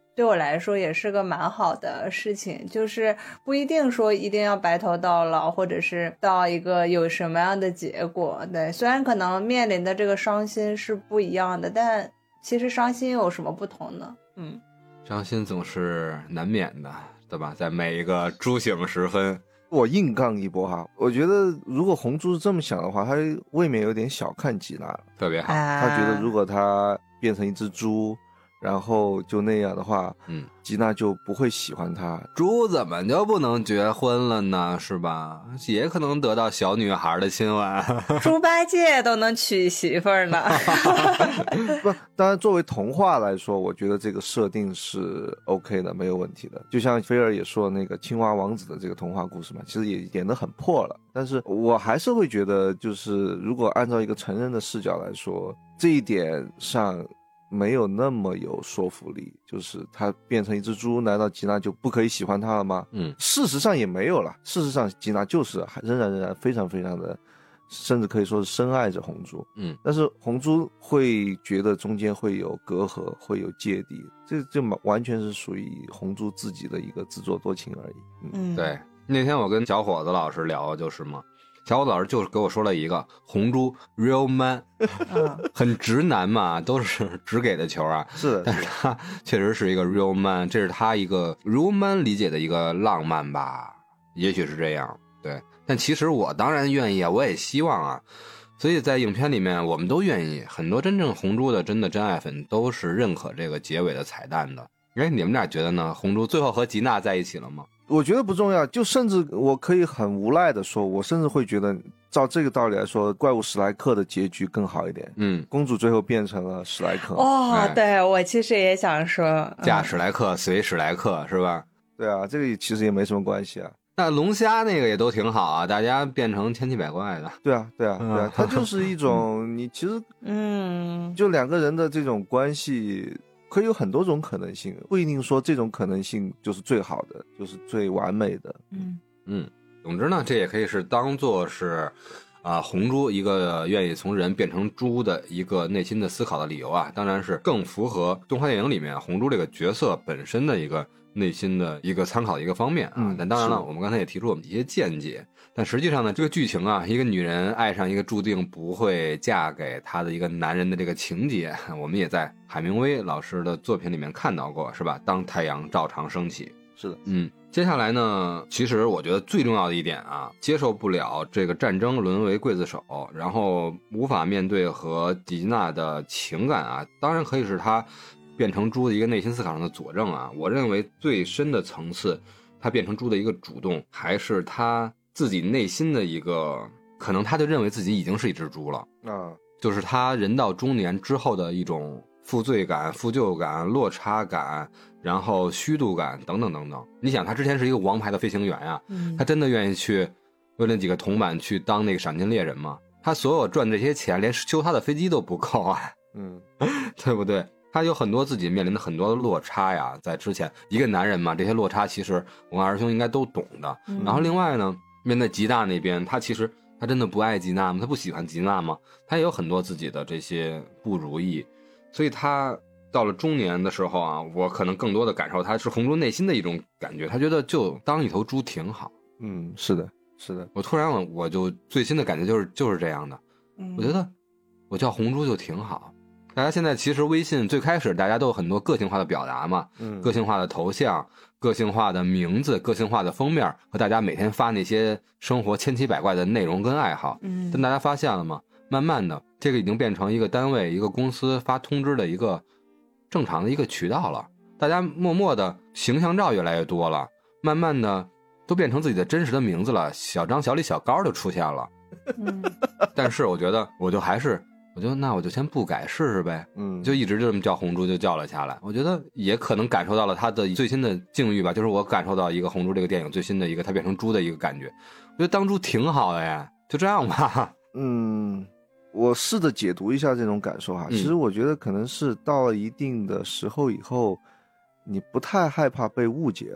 对我来说也是个蛮好的事情，就是不一定说一定要白头到老，或者是到一个有什么样的结果。对，虽然可能面临的这个伤心是不一样的，但其实伤心有什么不同呢？ 伤心总是难免的，对吧？在每一个朱醒时分。 我硬杠一波哈，我觉得如果红珠是这么想的话，他未免有点小看吉娜了， 特别好。 他觉得如果他变成一只猪，然后就那样的话，吉娜就不会喜欢他。 猪怎么就不能结婚了呢？是吧？也可能得到小女孩的亲吻。 猪八戒都能娶媳妇儿呢。 不，当然作为童话来说，我觉得这个设定是 OK 的，没有问题的。就像菲儿也说那个青蛙王子的这个童话故事嘛，其实也演得很破了。但是我还是会觉得，就是如果按照一个成人的视角来说，这一点上没有那么有说服力，就是他变成一只猪，难道吉娜就不可以喜欢他了吗？事实上也没有了，事实上吉娜就是仍然非常非常的，甚至可以说是深爱着红珠。但是红珠会觉得中间会有隔阂，会有芥蒂，这完全是属于红珠自己的一个自作多情而已。 对，那天我跟小伙子老师聊就是嘛，小伙子老师就是给我说了一个红珠 real man，很直男嘛，都是只给的球啊。 是的， 但是他确实是一个 real man， 这是他一个 real man 理解的一个浪漫吧，也许是这样。对，但其实我当然愿意啊，我也希望啊。所以在影片里面，我们都愿意，很多真正红珠的真爱粉都是认可这个结尾的彩蛋的。你们俩觉得呢？红珠最后和吉娜在一起了吗？ 我觉得不重要，就甚至我可以很无赖的说，我甚至会觉得照这个道理来说，怪物史莱克的结局更好一点。公主最后变成了史莱克。 对，我其实也想说， 嫁史莱克随史莱克是吧？ 对啊，这个其实也没什么关系啊。 那龙虾那个也都挺好啊，大家变成千奇百怪的。 对啊，它就是一种你其实就两个人的这种关系可以有很多种可能性，不一定说这种可能性就是最好的，就是最完美的。 总之呢，这也可以是当做是红珠一个愿意从人变成猪的一个内心的思考的理由啊，当然是更符合动画电影里面红珠这个角色本身的一个内心的一个参考的一个方面啊。但当然了，我们刚才也提出我们一些见解，但实际上呢，这个剧情啊，一个女人爱上一个注定不会嫁给她的一个男人的这个情节，我们也在海明威老师的作品里面看到过，是吧？当太阳照常升起。 是的， 接下来呢，其实我觉得最重要的一点啊，接受不了这个战争沦为刽子手，然后无法面对和吉娜的情感啊，当然可以是他变成猪的一个内心思考上的佐证啊。我认为最深的层次，他变成猪的一个主动，还是他自己内心的一个，可能他就认为自己已经是一只猪了就是他人到中年之后的一种负罪感、负疚感、落差感，然后虚度感等等等等。你想他之前是一个王牌的飞行员啊，他真的愿意去为那几个铜板去当那个赏金猎人吗？他所有赚这些钱连修他的飞机都不够啊，对不对？他有很多自己面临的很多的落差呀，在之前一个男人嘛，这些落差其实我跟二师兄应该都懂的。然后另外呢，面对吉娜那边，他其实他真的不爱吉娜吗？他不喜欢吉娜吗？他也有很多自己的这些不如意，所以他到了中年的时候啊，我可能更多的感受他是红珠内心的一种感觉，他觉得就当一头猪挺好。 是的，是的。 我突然我就最新的感觉就是这样的，我觉得我叫红珠就挺好。大家现在其实微信最开始大家都有很多个性化的表达嘛，个性化的头像、个性化的名字、个性化的封面，和大家每天发那些生活千奇百怪的内容跟爱好。但大家发现了吗？慢慢的，这个已经变成一个单位、一个公司发通知的一个正常的一个渠道了。大家默默的形象照越来越多了，慢慢的都变成自己的真实的名字了，小张、小李、小高就出现了。但是我觉得，我就先不改试试呗，就一直就这么叫红珠就叫了下来。我觉得也可能感受到了他的最新的境遇吧，就是我感受到一个红珠这个电影最新的一个他变成猪的一个感觉，我觉得当猪挺好的呀，就这样吧。 我试着解读一下这种感受哈，其实我觉得可能是到了一定的时候以后，你不太害怕被误解了。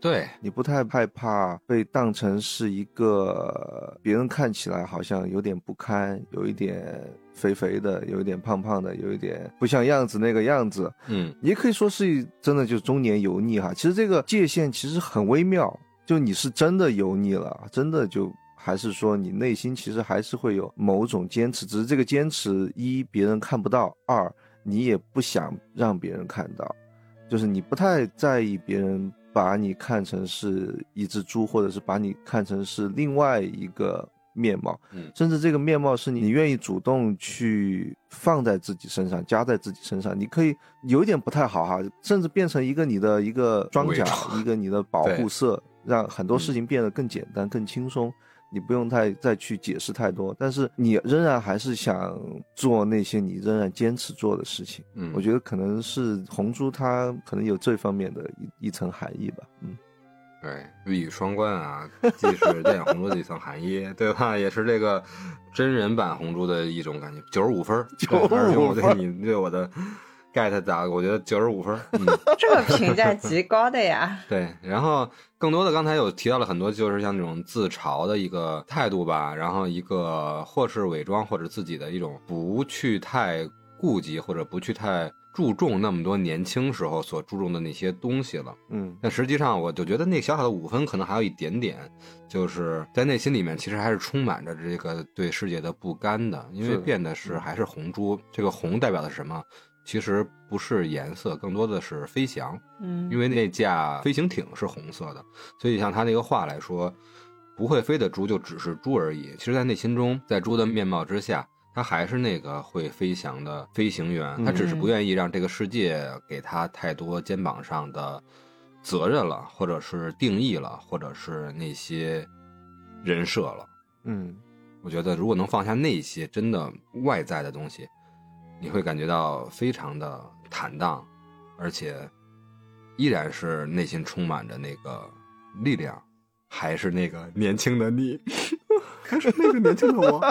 对， 你不太害怕被当成是一个别人看起来好像有点不堪，有一点肥肥的，有一点胖胖的，有一点不像样子那个样子。也可以说是真的就中年油腻哈。其实这个界限其实很微妙，就你是真的油腻了，真的就还是说你内心其实还是会有某种坚持，只是这个坚持一别人看不到，二你也不想让别人看到，就是你不太在意别人把你看成是一只猪，或者是把你看成是另外一个面貌，甚至这个面貌是你愿意主动去放在自己身上，加在自己身上，你可以有一点不太好哈，甚至变成一个你的一个装甲，一个你的保护色，让很多事情变得更简单、更轻松。你不用再去解释太多，但是你仍然还是想做那些你仍然坚持做的事情。我觉得可能是红猪它可能有这方面的一层含义吧。 对，一语双关啊，既是电影红猪的一层含义，对吧？也是这个真人版红猪的一种感觉。95分，95分，你对我的 get 咋？我觉得95分。 这个评价极高的呀。 对，然后更多的刚才有提到了很多，就是像这种自嘲的一个态度吧，然后一个或是伪装或者自己的一种不去太顾及或者不去太注重那么多年轻时候所注重的那些东西了。但实际上我就觉得那小小的5分可能还有一点点，就是在内心里面其实还是充满着这个对世界的不甘的，因为变的是还是红猪，这个红代表的是什么？其实不是颜色，更多的是飞翔。因为那架飞行艇是红色的，所以像他那个话来说，不会飞的猪就只是猪而已。其实在内心中，在猪的面貌之下，他还是那个会飞翔的飞行员，他只是不愿意让这个世界给他太多肩膀上的责任了，或者是定义了，或者是那些人设了。我觉得如果能放下那些真的外在的东西，你会感觉到非常的坦荡，而且依然是内心充满着那个力量，还是那个年轻的你，还是那个年轻的我。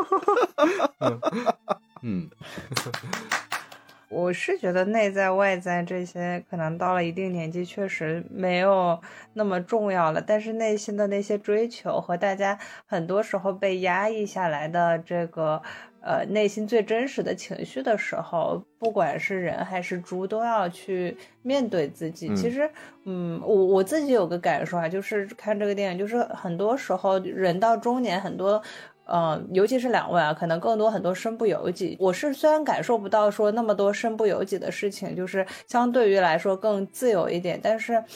我是觉得内在外在这些可能到了一定年纪确实没有那么重要了，但是内心的那些追求和大家很多时候被压抑下来的这个内心最真实的情绪的时候，不管是人还是猪都要去面对自己。其实我自己有个感受啊，就是看这个电影，就是很多时候人到中年，很多尤其是2位啊，可能更多很多身不由己。我是虽然感受不到说那么多身不由己的事情，就是相对于来说更自由一点，但是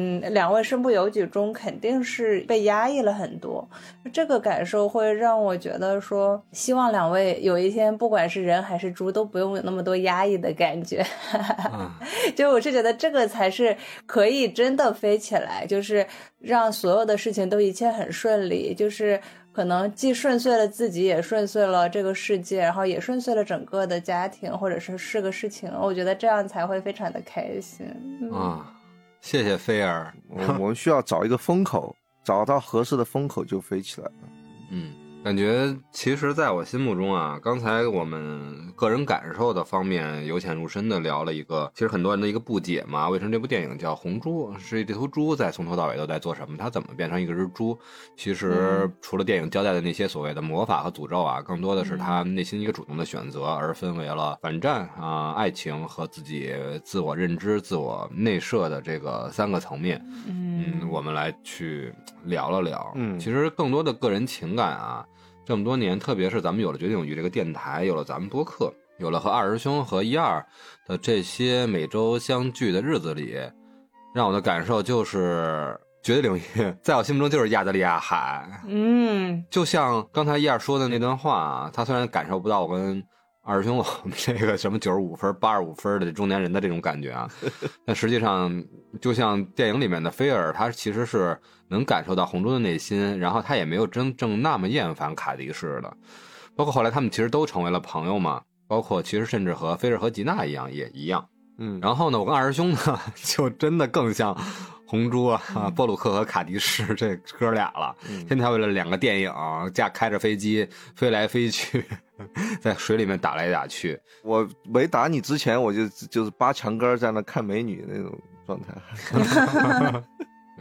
2位身不由己中肯定是被压抑了很多。这个感受会让我觉得说，希望2位有一天不管是人还是猪都不用有那么多压抑的感觉。就我是觉得这个才是可以真的飞起来，就是让所有的事情都一切很顺利，就是可能既顺遂了自己，也顺遂了这个世界，然后也顺遂了整个的家庭或者是个事情，我觉得这样才会非常的开心。 谢谢菲儿。 我们需要找一个风口，找到合适的风口就飞起来了。 感觉其实在我心目中啊，刚才我们个人感受的方面由浅入深的聊了一个其实很多人的一个不解嘛，为什么这部电影叫红猪，是这头猪在从头到尾都在做什么，它怎么变成一个只猪。其实除了电影交代的那些所谓的魔法和诅咒啊，更多的是他内心一个主动的选择，而分为了反战啊、爱情和自己自我认知、自我内设的这个3个层面。我们来去聊了聊。其实更多的个人情感啊，这么多年，特别是咱们有了绝顶语这个电台，有了咱们播客，有了和二师兄和12的这些每周相聚的日子里，让我的感受就是绝对领域在我心目中就是亚得里亚海。就像刚才12说的那段话啊，他虽然感受不到我跟二师兄我们这个什么95分、85分的中年人的这种感觉啊，但实际上就像电影里面的菲尔，他其实是能感受到红猪的内心，然后他也没有真正那么厌烦卡迪士的，包括后来他们其实都成为了朋友嘛，包括其实甚至和菲尔和吉娜一样也一样。然后呢，我跟二师兄呢就真的更像红猪啊、波鲁克和卡迪士这哥俩了，天天为了2个电影开着飞机飞来飞去，在水里面打来打去。 我没打你之前，我就是扒墙根在那看美女那种状态。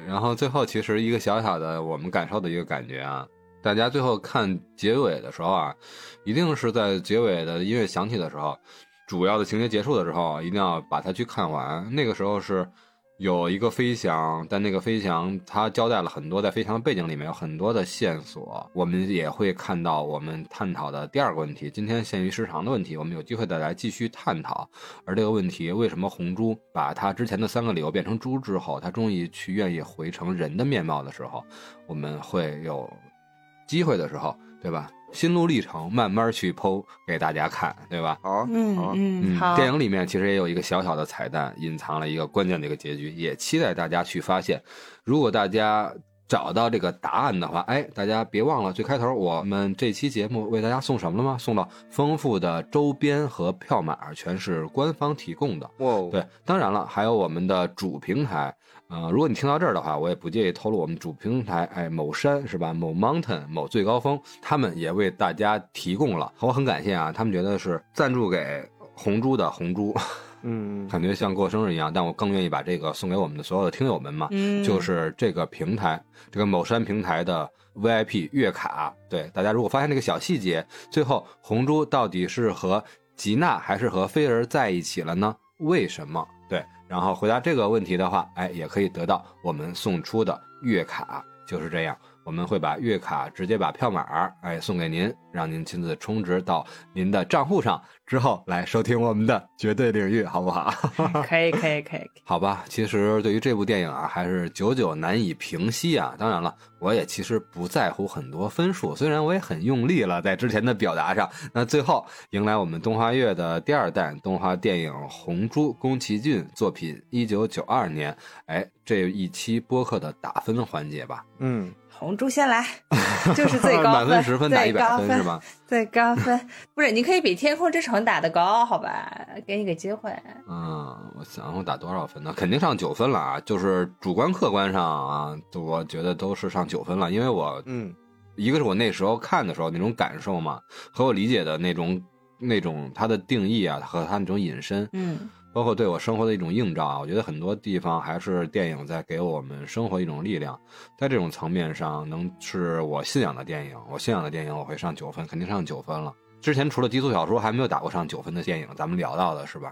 然后最后其实一个小小的我们感受的一个感觉啊，大家最后看结尾的时候啊，一定是在结尾的音乐响起的时候，主要的情节结束的时候，一定要把它去看完。那个时候是有一个飞翔，但那个飞翔它交代了很多，在飞翔的背景里面有很多的线索，我们也会看到我们探讨的第二个问题，今天限于时长的问题，我们有机会再来继续探讨。而这个问题，为什么红猪把他之前的3个理由变成猪之后，他终于去愿意回成人的面貌的时候，我们会有机会的时候，对吧？心路历程慢慢去剖给大家看，对吧？ 好， 好。 电影里面其实也有一个小小的彩蛋，隐藏了一个关键的一个结局，也期待大家去发现。如果大家找到这个答案的话，大家别忘了最开头我们这期节目为大家送什么了吗？送了丰富的周边和票码，全是官方提供的。对，当然了，还有我们的主平台。如果你听到这儿的话，我也不介意透露我们主平台，某山是吧？某 mountain 某最高峰，他们也为大家提供了，我很感谢啊，他们觉得是赞助给红猪的红猪，感觉像过生日一样，但我更愿意把这个送给我们的所有的听友们嘛，就是这个平台，这个某山平台的 VIP 月卡。对，大家如果发现这个小细节，最后红猪到底是和吉娜还是和菲儿在一起了呢？为什么？对，然后回答这个问题的话，也可以得到我们送出的月卡，就是这样。我们会把月卡直接把票码送给您，让您亲自充值到您的账户上，之后来收听我们的绝对领域，好不好？ 可以。 好吧，其实对于这部电影啊，还是久久难以平息啊。当然了，我也其实不在乎很多分数，虽然我也很用力了在之前的表达上。那最后迎来我们动画月的第2弹动画电影《红猪》，宫崎骏作品1992年，这一期播客的打分环节吧。 红猪先来，就是最高分， 满分10分打100分是吧？ 最高分，不是，你可以比《天空之城》打得高，好吧？给你个机会。 我想我打多少分呢？肯定上9分了啊！就是主观客观上啊，我觉得都是上9分了，因为我一个是我那时候看的时候那种感受嘛，和我理解的那种它的定义啊，和它那种引申，包括对我生活的一种映照啊，我觉得很多地方还是电影在给我们生活一种力量，在这种层面上能是我信仰的电影，我会上9分，肯定上9分了。之前除了低俗小说还没有打过上9分的电影，咱们聊到的是吧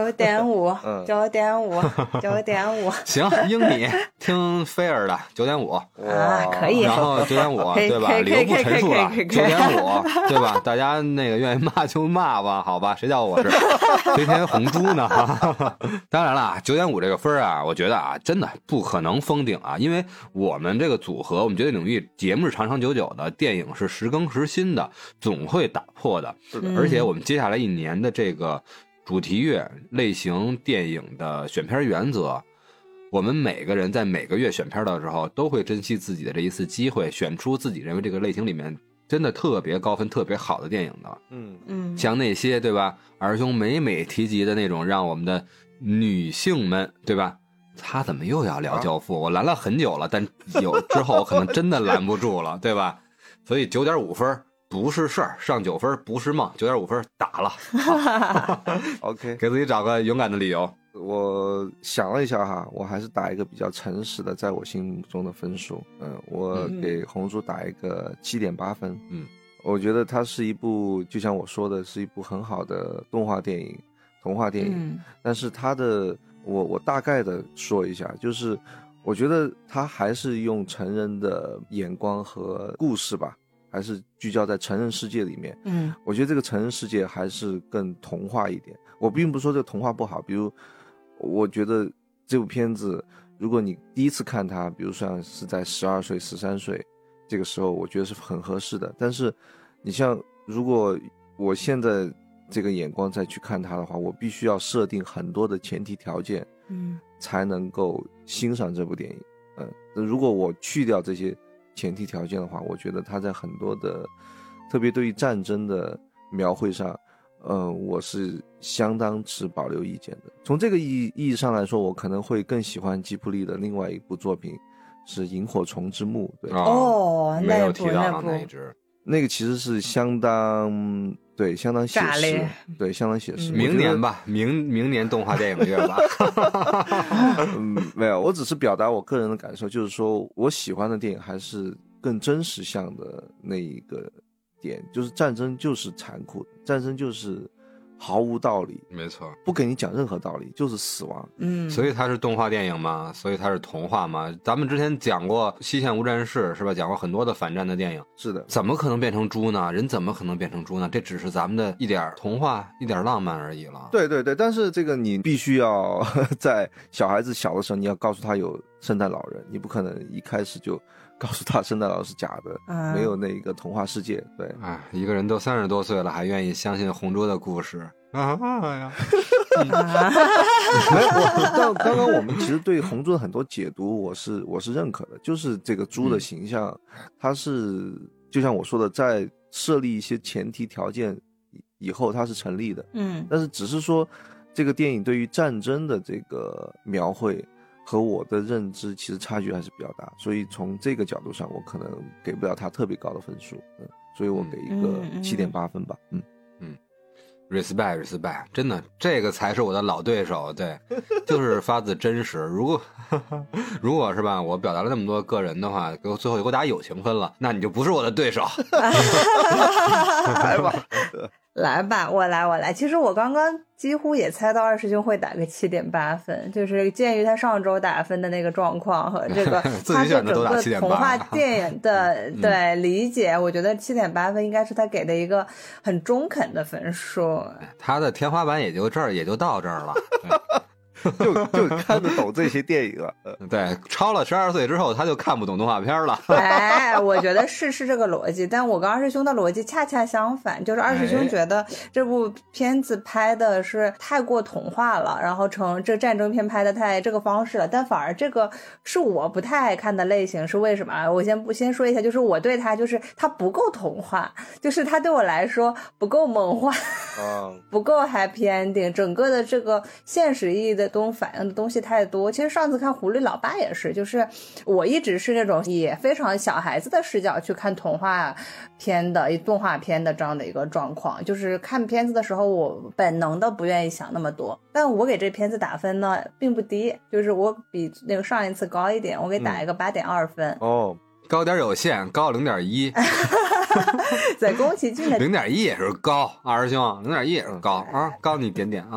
？9.5 9.5 行，应你听菲儿的9.5 可以， 然后9.5对吧？理由不陈述了9.5对吧？大家那个愿意骂就骂吧，好吧？谁叫我是飞天红猪呢？当然了，9.5这个分啊，我觉得啊，真的不可能封顶啊，因为我们这个组合，我们绝对领域节目是长长久久的，电影是时更时新的，总会打破的。而且我们接下来1年的这个主题月类型电影的选片原则，我们每个人在每个月选片的时候都会珍惜自己的这一次机会，选出自己认为这个类型里面真的特别高分特别好的电影的。像那些对吧，儿兄每每提及的那种让我们的女性们对吧，他怎么又要聊教父？我拦了很久了，但有之后我可能真的拦不住了对吧？所以9.5分不是事儿，上9分不是梦，9.5分打了。 OK， 给自己找个勇敢的理由。 我想了一下哈，我还是打一个比较诚实的，在我心目中的分数。我给红猪打一个7.8分。我觉得它是一部，就像我说的，是一部很好的动画电影、童话电影。但是它的，我大概的说一下，就是我觉得它还是用成人的眼光和故事吧。还是聚焦在成人世界里面。我觉得这个成人世界还是更童话一点。我并不是说这个童话不好，比如我觉得这部片子，如果你第一次看它，比如像是在12岁、13岁这个时候，我觉得是很合适的。但是你像如果我现在这个眼光再去看它的话，我必须要设定很多的前提条件，才能够欣赏这部电影。如果我去掉这些前提条件的话，我觉得他在很多的特别对于战争的描绘上我是相当持保留意见的。从这个意义上来说，我可能会更喜欢吉卜力的另外一部作品是萤火虫之墓。对没有提到那一支， 那个其实是相当对，相当写实，对，相当写实。 明年吧，明年动画电影月吧。 没有，我只是表达我个人的感受，就是说我喜欢的电影还是更真实向的那一个点，就是战争就是残酷的，战争就是毫无道理， 没错， 不给你讲任何道理，就是死亡。 所以它是动画电影嘛，所以它是童话嘛。咱们之前讲过《西线无战事》是吧？讲过很多的反战的电影。 是的， 怎么可能变成猪呢？人怎么可能变成猪呢？这只是咱们的一点童话，一点浪漫而已了。 对对对，但是这个你必须要在小孩子小的时候，你要告诉他有圣诞老人，你不可能一开始就告诉他圣诞老人是假的，没有那个童话世界。对啊，一个人都30多岁了，还愿意相信红猪的故事啊呀！ 没有，刚刚我们其实对红猪的很多解读，我是认可的，就是这个猪的形象，它是就像我说的，在设立一些前提条件以后，它是成立的。但是只是说这个电影对于战争的这个描绘和我的认知其实差距还是比较大，所以从这个角度上，我可能给不了他特别高的分数，所以我给一个7.8分吧。 respect， 真的，这个才是我的老对手，对，就是发自真实。如果是吧，我表达了那么多个人的话，最后就给我打友情分了，那你就不是我的对手。 来吧，我来。其实我刚刚几乎也猜到二师兄会打个7.8分，就是鉴于他上周打分的那个状况和这个他对整个童话电影的对理解，我觉得7.8分应该是他给的一个很中肯的分数。 他的天花板也就到这儿了。 就看得懂这些电影了。 对，超了12岁之后他就看不懂动画片了。 我觉得是这个逻辑，但我跟二师兄的逻辑恰恰相反，就是二师兄觉得这部片子拍的是太过童话了，然后成这战争片拍的太这个方式了，但反而这个是我不太爱看的类型，是为什么？我先说一下，就是我对他就是他不够童话，就是他对我来说不够梦幻，不够 happy ending， 整个的这个现实意义的反映的东西太多。其实上次看狐狸老爸也是，就是我一直是那种以非常小孩子的视角去看童话片的动画片的这样的一个状况，就是看片子的时候我本能的不愿意想那么多，但我给这片子打分呢并不低，就是我比那个上一次高一点，我给打一个8.2分。 高点有限，高0.1。 在宫崎骏的 0.1也是高，二师兄0.1也是高啊，高你点点啊。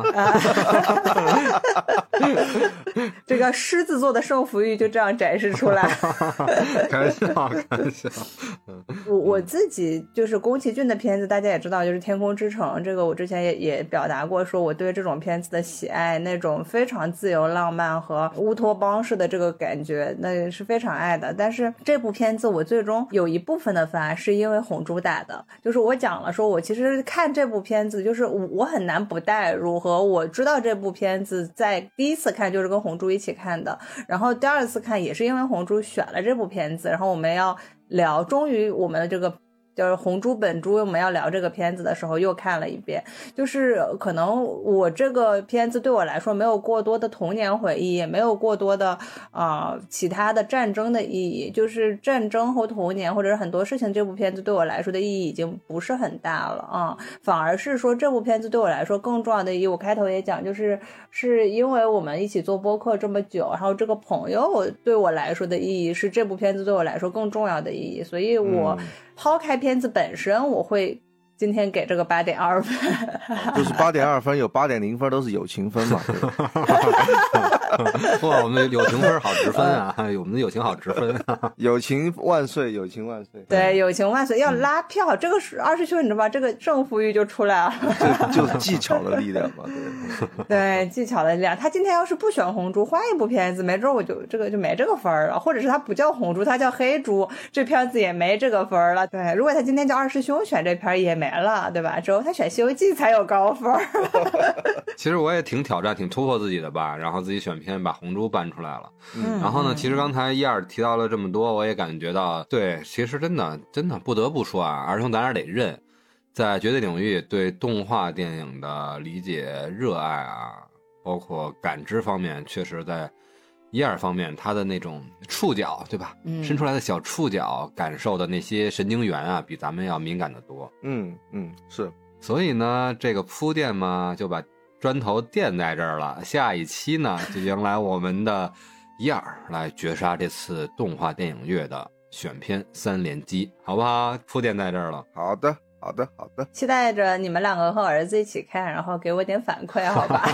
这个狮子座的胜负欲就这样展示出来。 开玩笑。 我自己就是宫崎骏的片子，大家也知道，就是《天空之城》这个，我之前也表达过，说我对这种片子的喜爱，那种非常自由浪漫和乌托邦式的这个感觉，那是非常爱的。但是这部片子我最终有一部分的分是因为红猪打的，就是我讲了说我其实看这部片子就是我很难不带入，和我知道这部片子在第一次看就是跟红猪一起看的，然后第二次看也是因为红猪选了这部片子，然后我们要聊，终于我们的这个就是红猪本猪我们要聊这个片子的时候又看了一遍，就是可能我这个片子对我来说没有过多的童年回忆，也没有过多的其他的战争的意义，就是战争和童年或者是很多事情，这部片子对我来说的意义已经不是很大了反而是说这部片子对我来说更重要的意义，我开头也讲，是因为我们一起做播客这么久，然后这个朋友对我来说的意义是这部片子对我来说更重要的意义，所以我抛开片子本身，我会今天给这个8.2分， 就是8.2分，有8.0分都是友情分嘛。 哇，我们的友情分好值分啊！我们的友情好值分友情万岁，友情万岁！ 对，友情万岁，要拉票，这个是二师兄，你知道吧？这个胜负欲就出来了， 就是技巧的力量嘛。 对，技巧的力量。他今天要是不选红猪，换一部片子，没准我就这个就没这个分了，或者是他不叫红猪，他叫黑猪，这片子也没这个分了。对，如果他今天叫二师兄选这片也没了，对吧？只有他选《西游记》才有高分。 其实我也挺挑战、挺突破自己的吧，然后自己选片把红猪搬出来了。然后呢，其实刚才一二提到了这么多，我也感觉到，对，其实真的不得不说啊，二兄咱俩得认，在绝对领域对动画电影的理解、热爱啊，包括感知方面，确实在一二方面，他的那种触角，对吧？伸出来的小触角感受的那些神经元啊，比咱们要敏感得多。 是。 所以呢，这个铺垫嘛，就把砖头垫在这儿了。下一期呢，就迎来我们的燕儿来绝杀这次动画电影月的选片3连击，好不好？铺垫在这儿了。 好的，好的，好的。 期待着你们2个和儿子一起看，然后给我点反馈，好吧？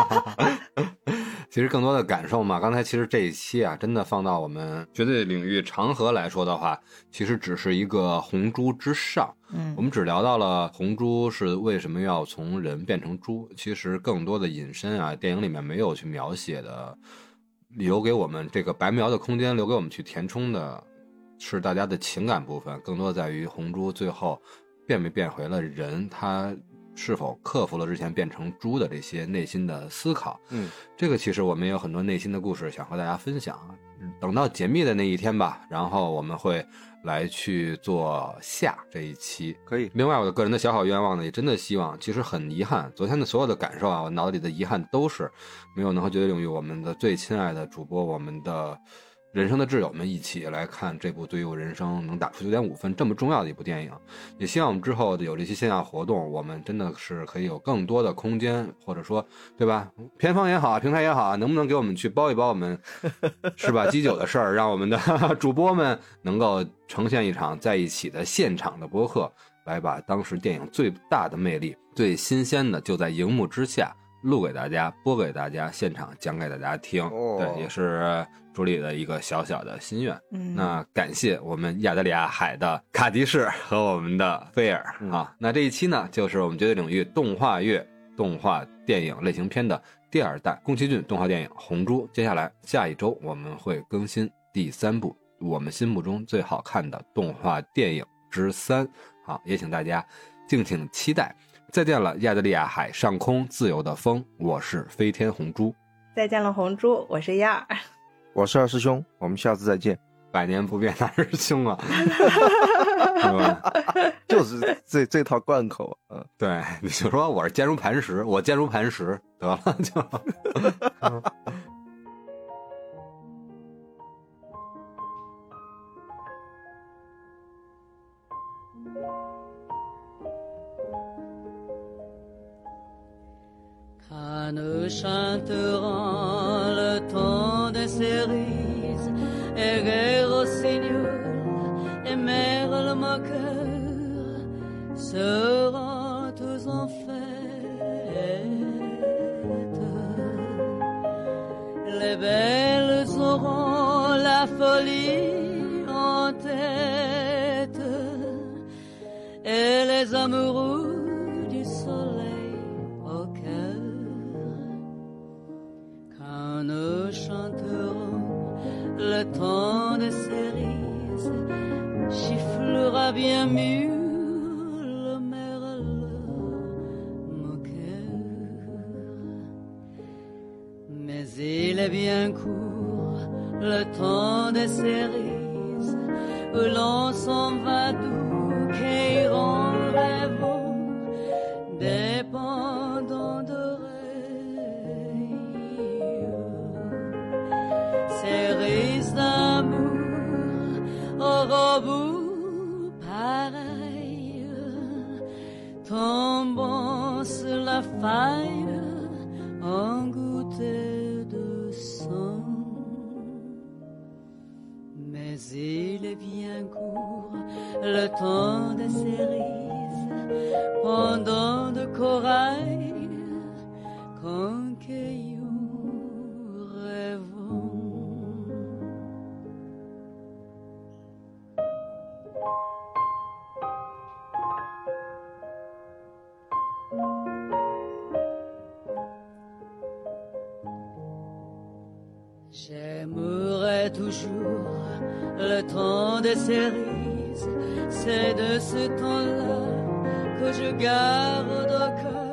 其实更多的感受嘛，刚才其实这一期啊，真的放到我们绝对领域长河来说的话，其实只是一个红猪之上。我们只聊到了红猪是为什么要从人变成猪，其实更多的引申啊，电影里面没有去描写的，留给我们这个白描的空间，留给我们去填充的是大家的情感部分，更多在于红猪最后变没变回了人，他是否克服了之前变成猪的这些内心的思考。这个其实我们也有很多内心的故事想和大家分享，等到解密的那一天吧，然后我们会来去做下这一期。 可以。 另外我的个人的小小愿望呢，也真的希望，其实很遗憾，昨天的所有的感受啊，我脑子里的遗憾都是没有能和绝对领域我们的最亲爱的主播，我们的人生的挚友们一起来看这部对于我人生能打出9.5分这么重要的一部电影。也希望我们之后有这些线下活动，我们真的是可以有更多的空间，或者说对吧，片方也好，平台也好，能不能给我们去包一包我们是吧基酒的事儿，让我们的主播们能够呈现一场在一起的现场的播客，来把当时电影最大的魅力，最新鲜的就在荧幕之下录给大家，播给大家，现场讲给大家听。对，也是主理的一个小小的心愿。那感谢我们亚得里亚海的卡迪士和我们的菲尔啊。那这一期呢，就是我们绝对领域动画月动画电影类型片的第2弹宫崎骏动画电影《红猪》。接下来下一周我们会更新第3部我们心目中最好看的动画电影之3。好，也请大家敬请期待。再见了，亚得里亚海上空自由的风，我是飞天红猪。 再见了，红猪，我是燕儿， 我是二师兄，我们下次再见。 百年不变大师兄啊， 就是这套贯口。 对，你就说我是坚如磐石，我坚如磐石，得了就。 Quand nous chanterons le temps des cerises, et gai rossignol et merle moqueur seront tous en fête. Les belles auront la folie en tête, et les amoureux du soleil au cœur. Quand nous chanterons le temps des cerises, chifflera bien mieux le merle moqueur. Mais il est bien court le temps des cerises, où l'on s'en va doux, qu'iront rêvant, dépendant d'oreilles. Cerises d'amour, au bout pareil, tombant sur la faille, en gouttes de sang. Mais il est bien court le temps des cerises, pendant de corail, concueillons rêvons. J'aimerai toujours le temps des cerises, c'est de ce temps-là que je garde au cœur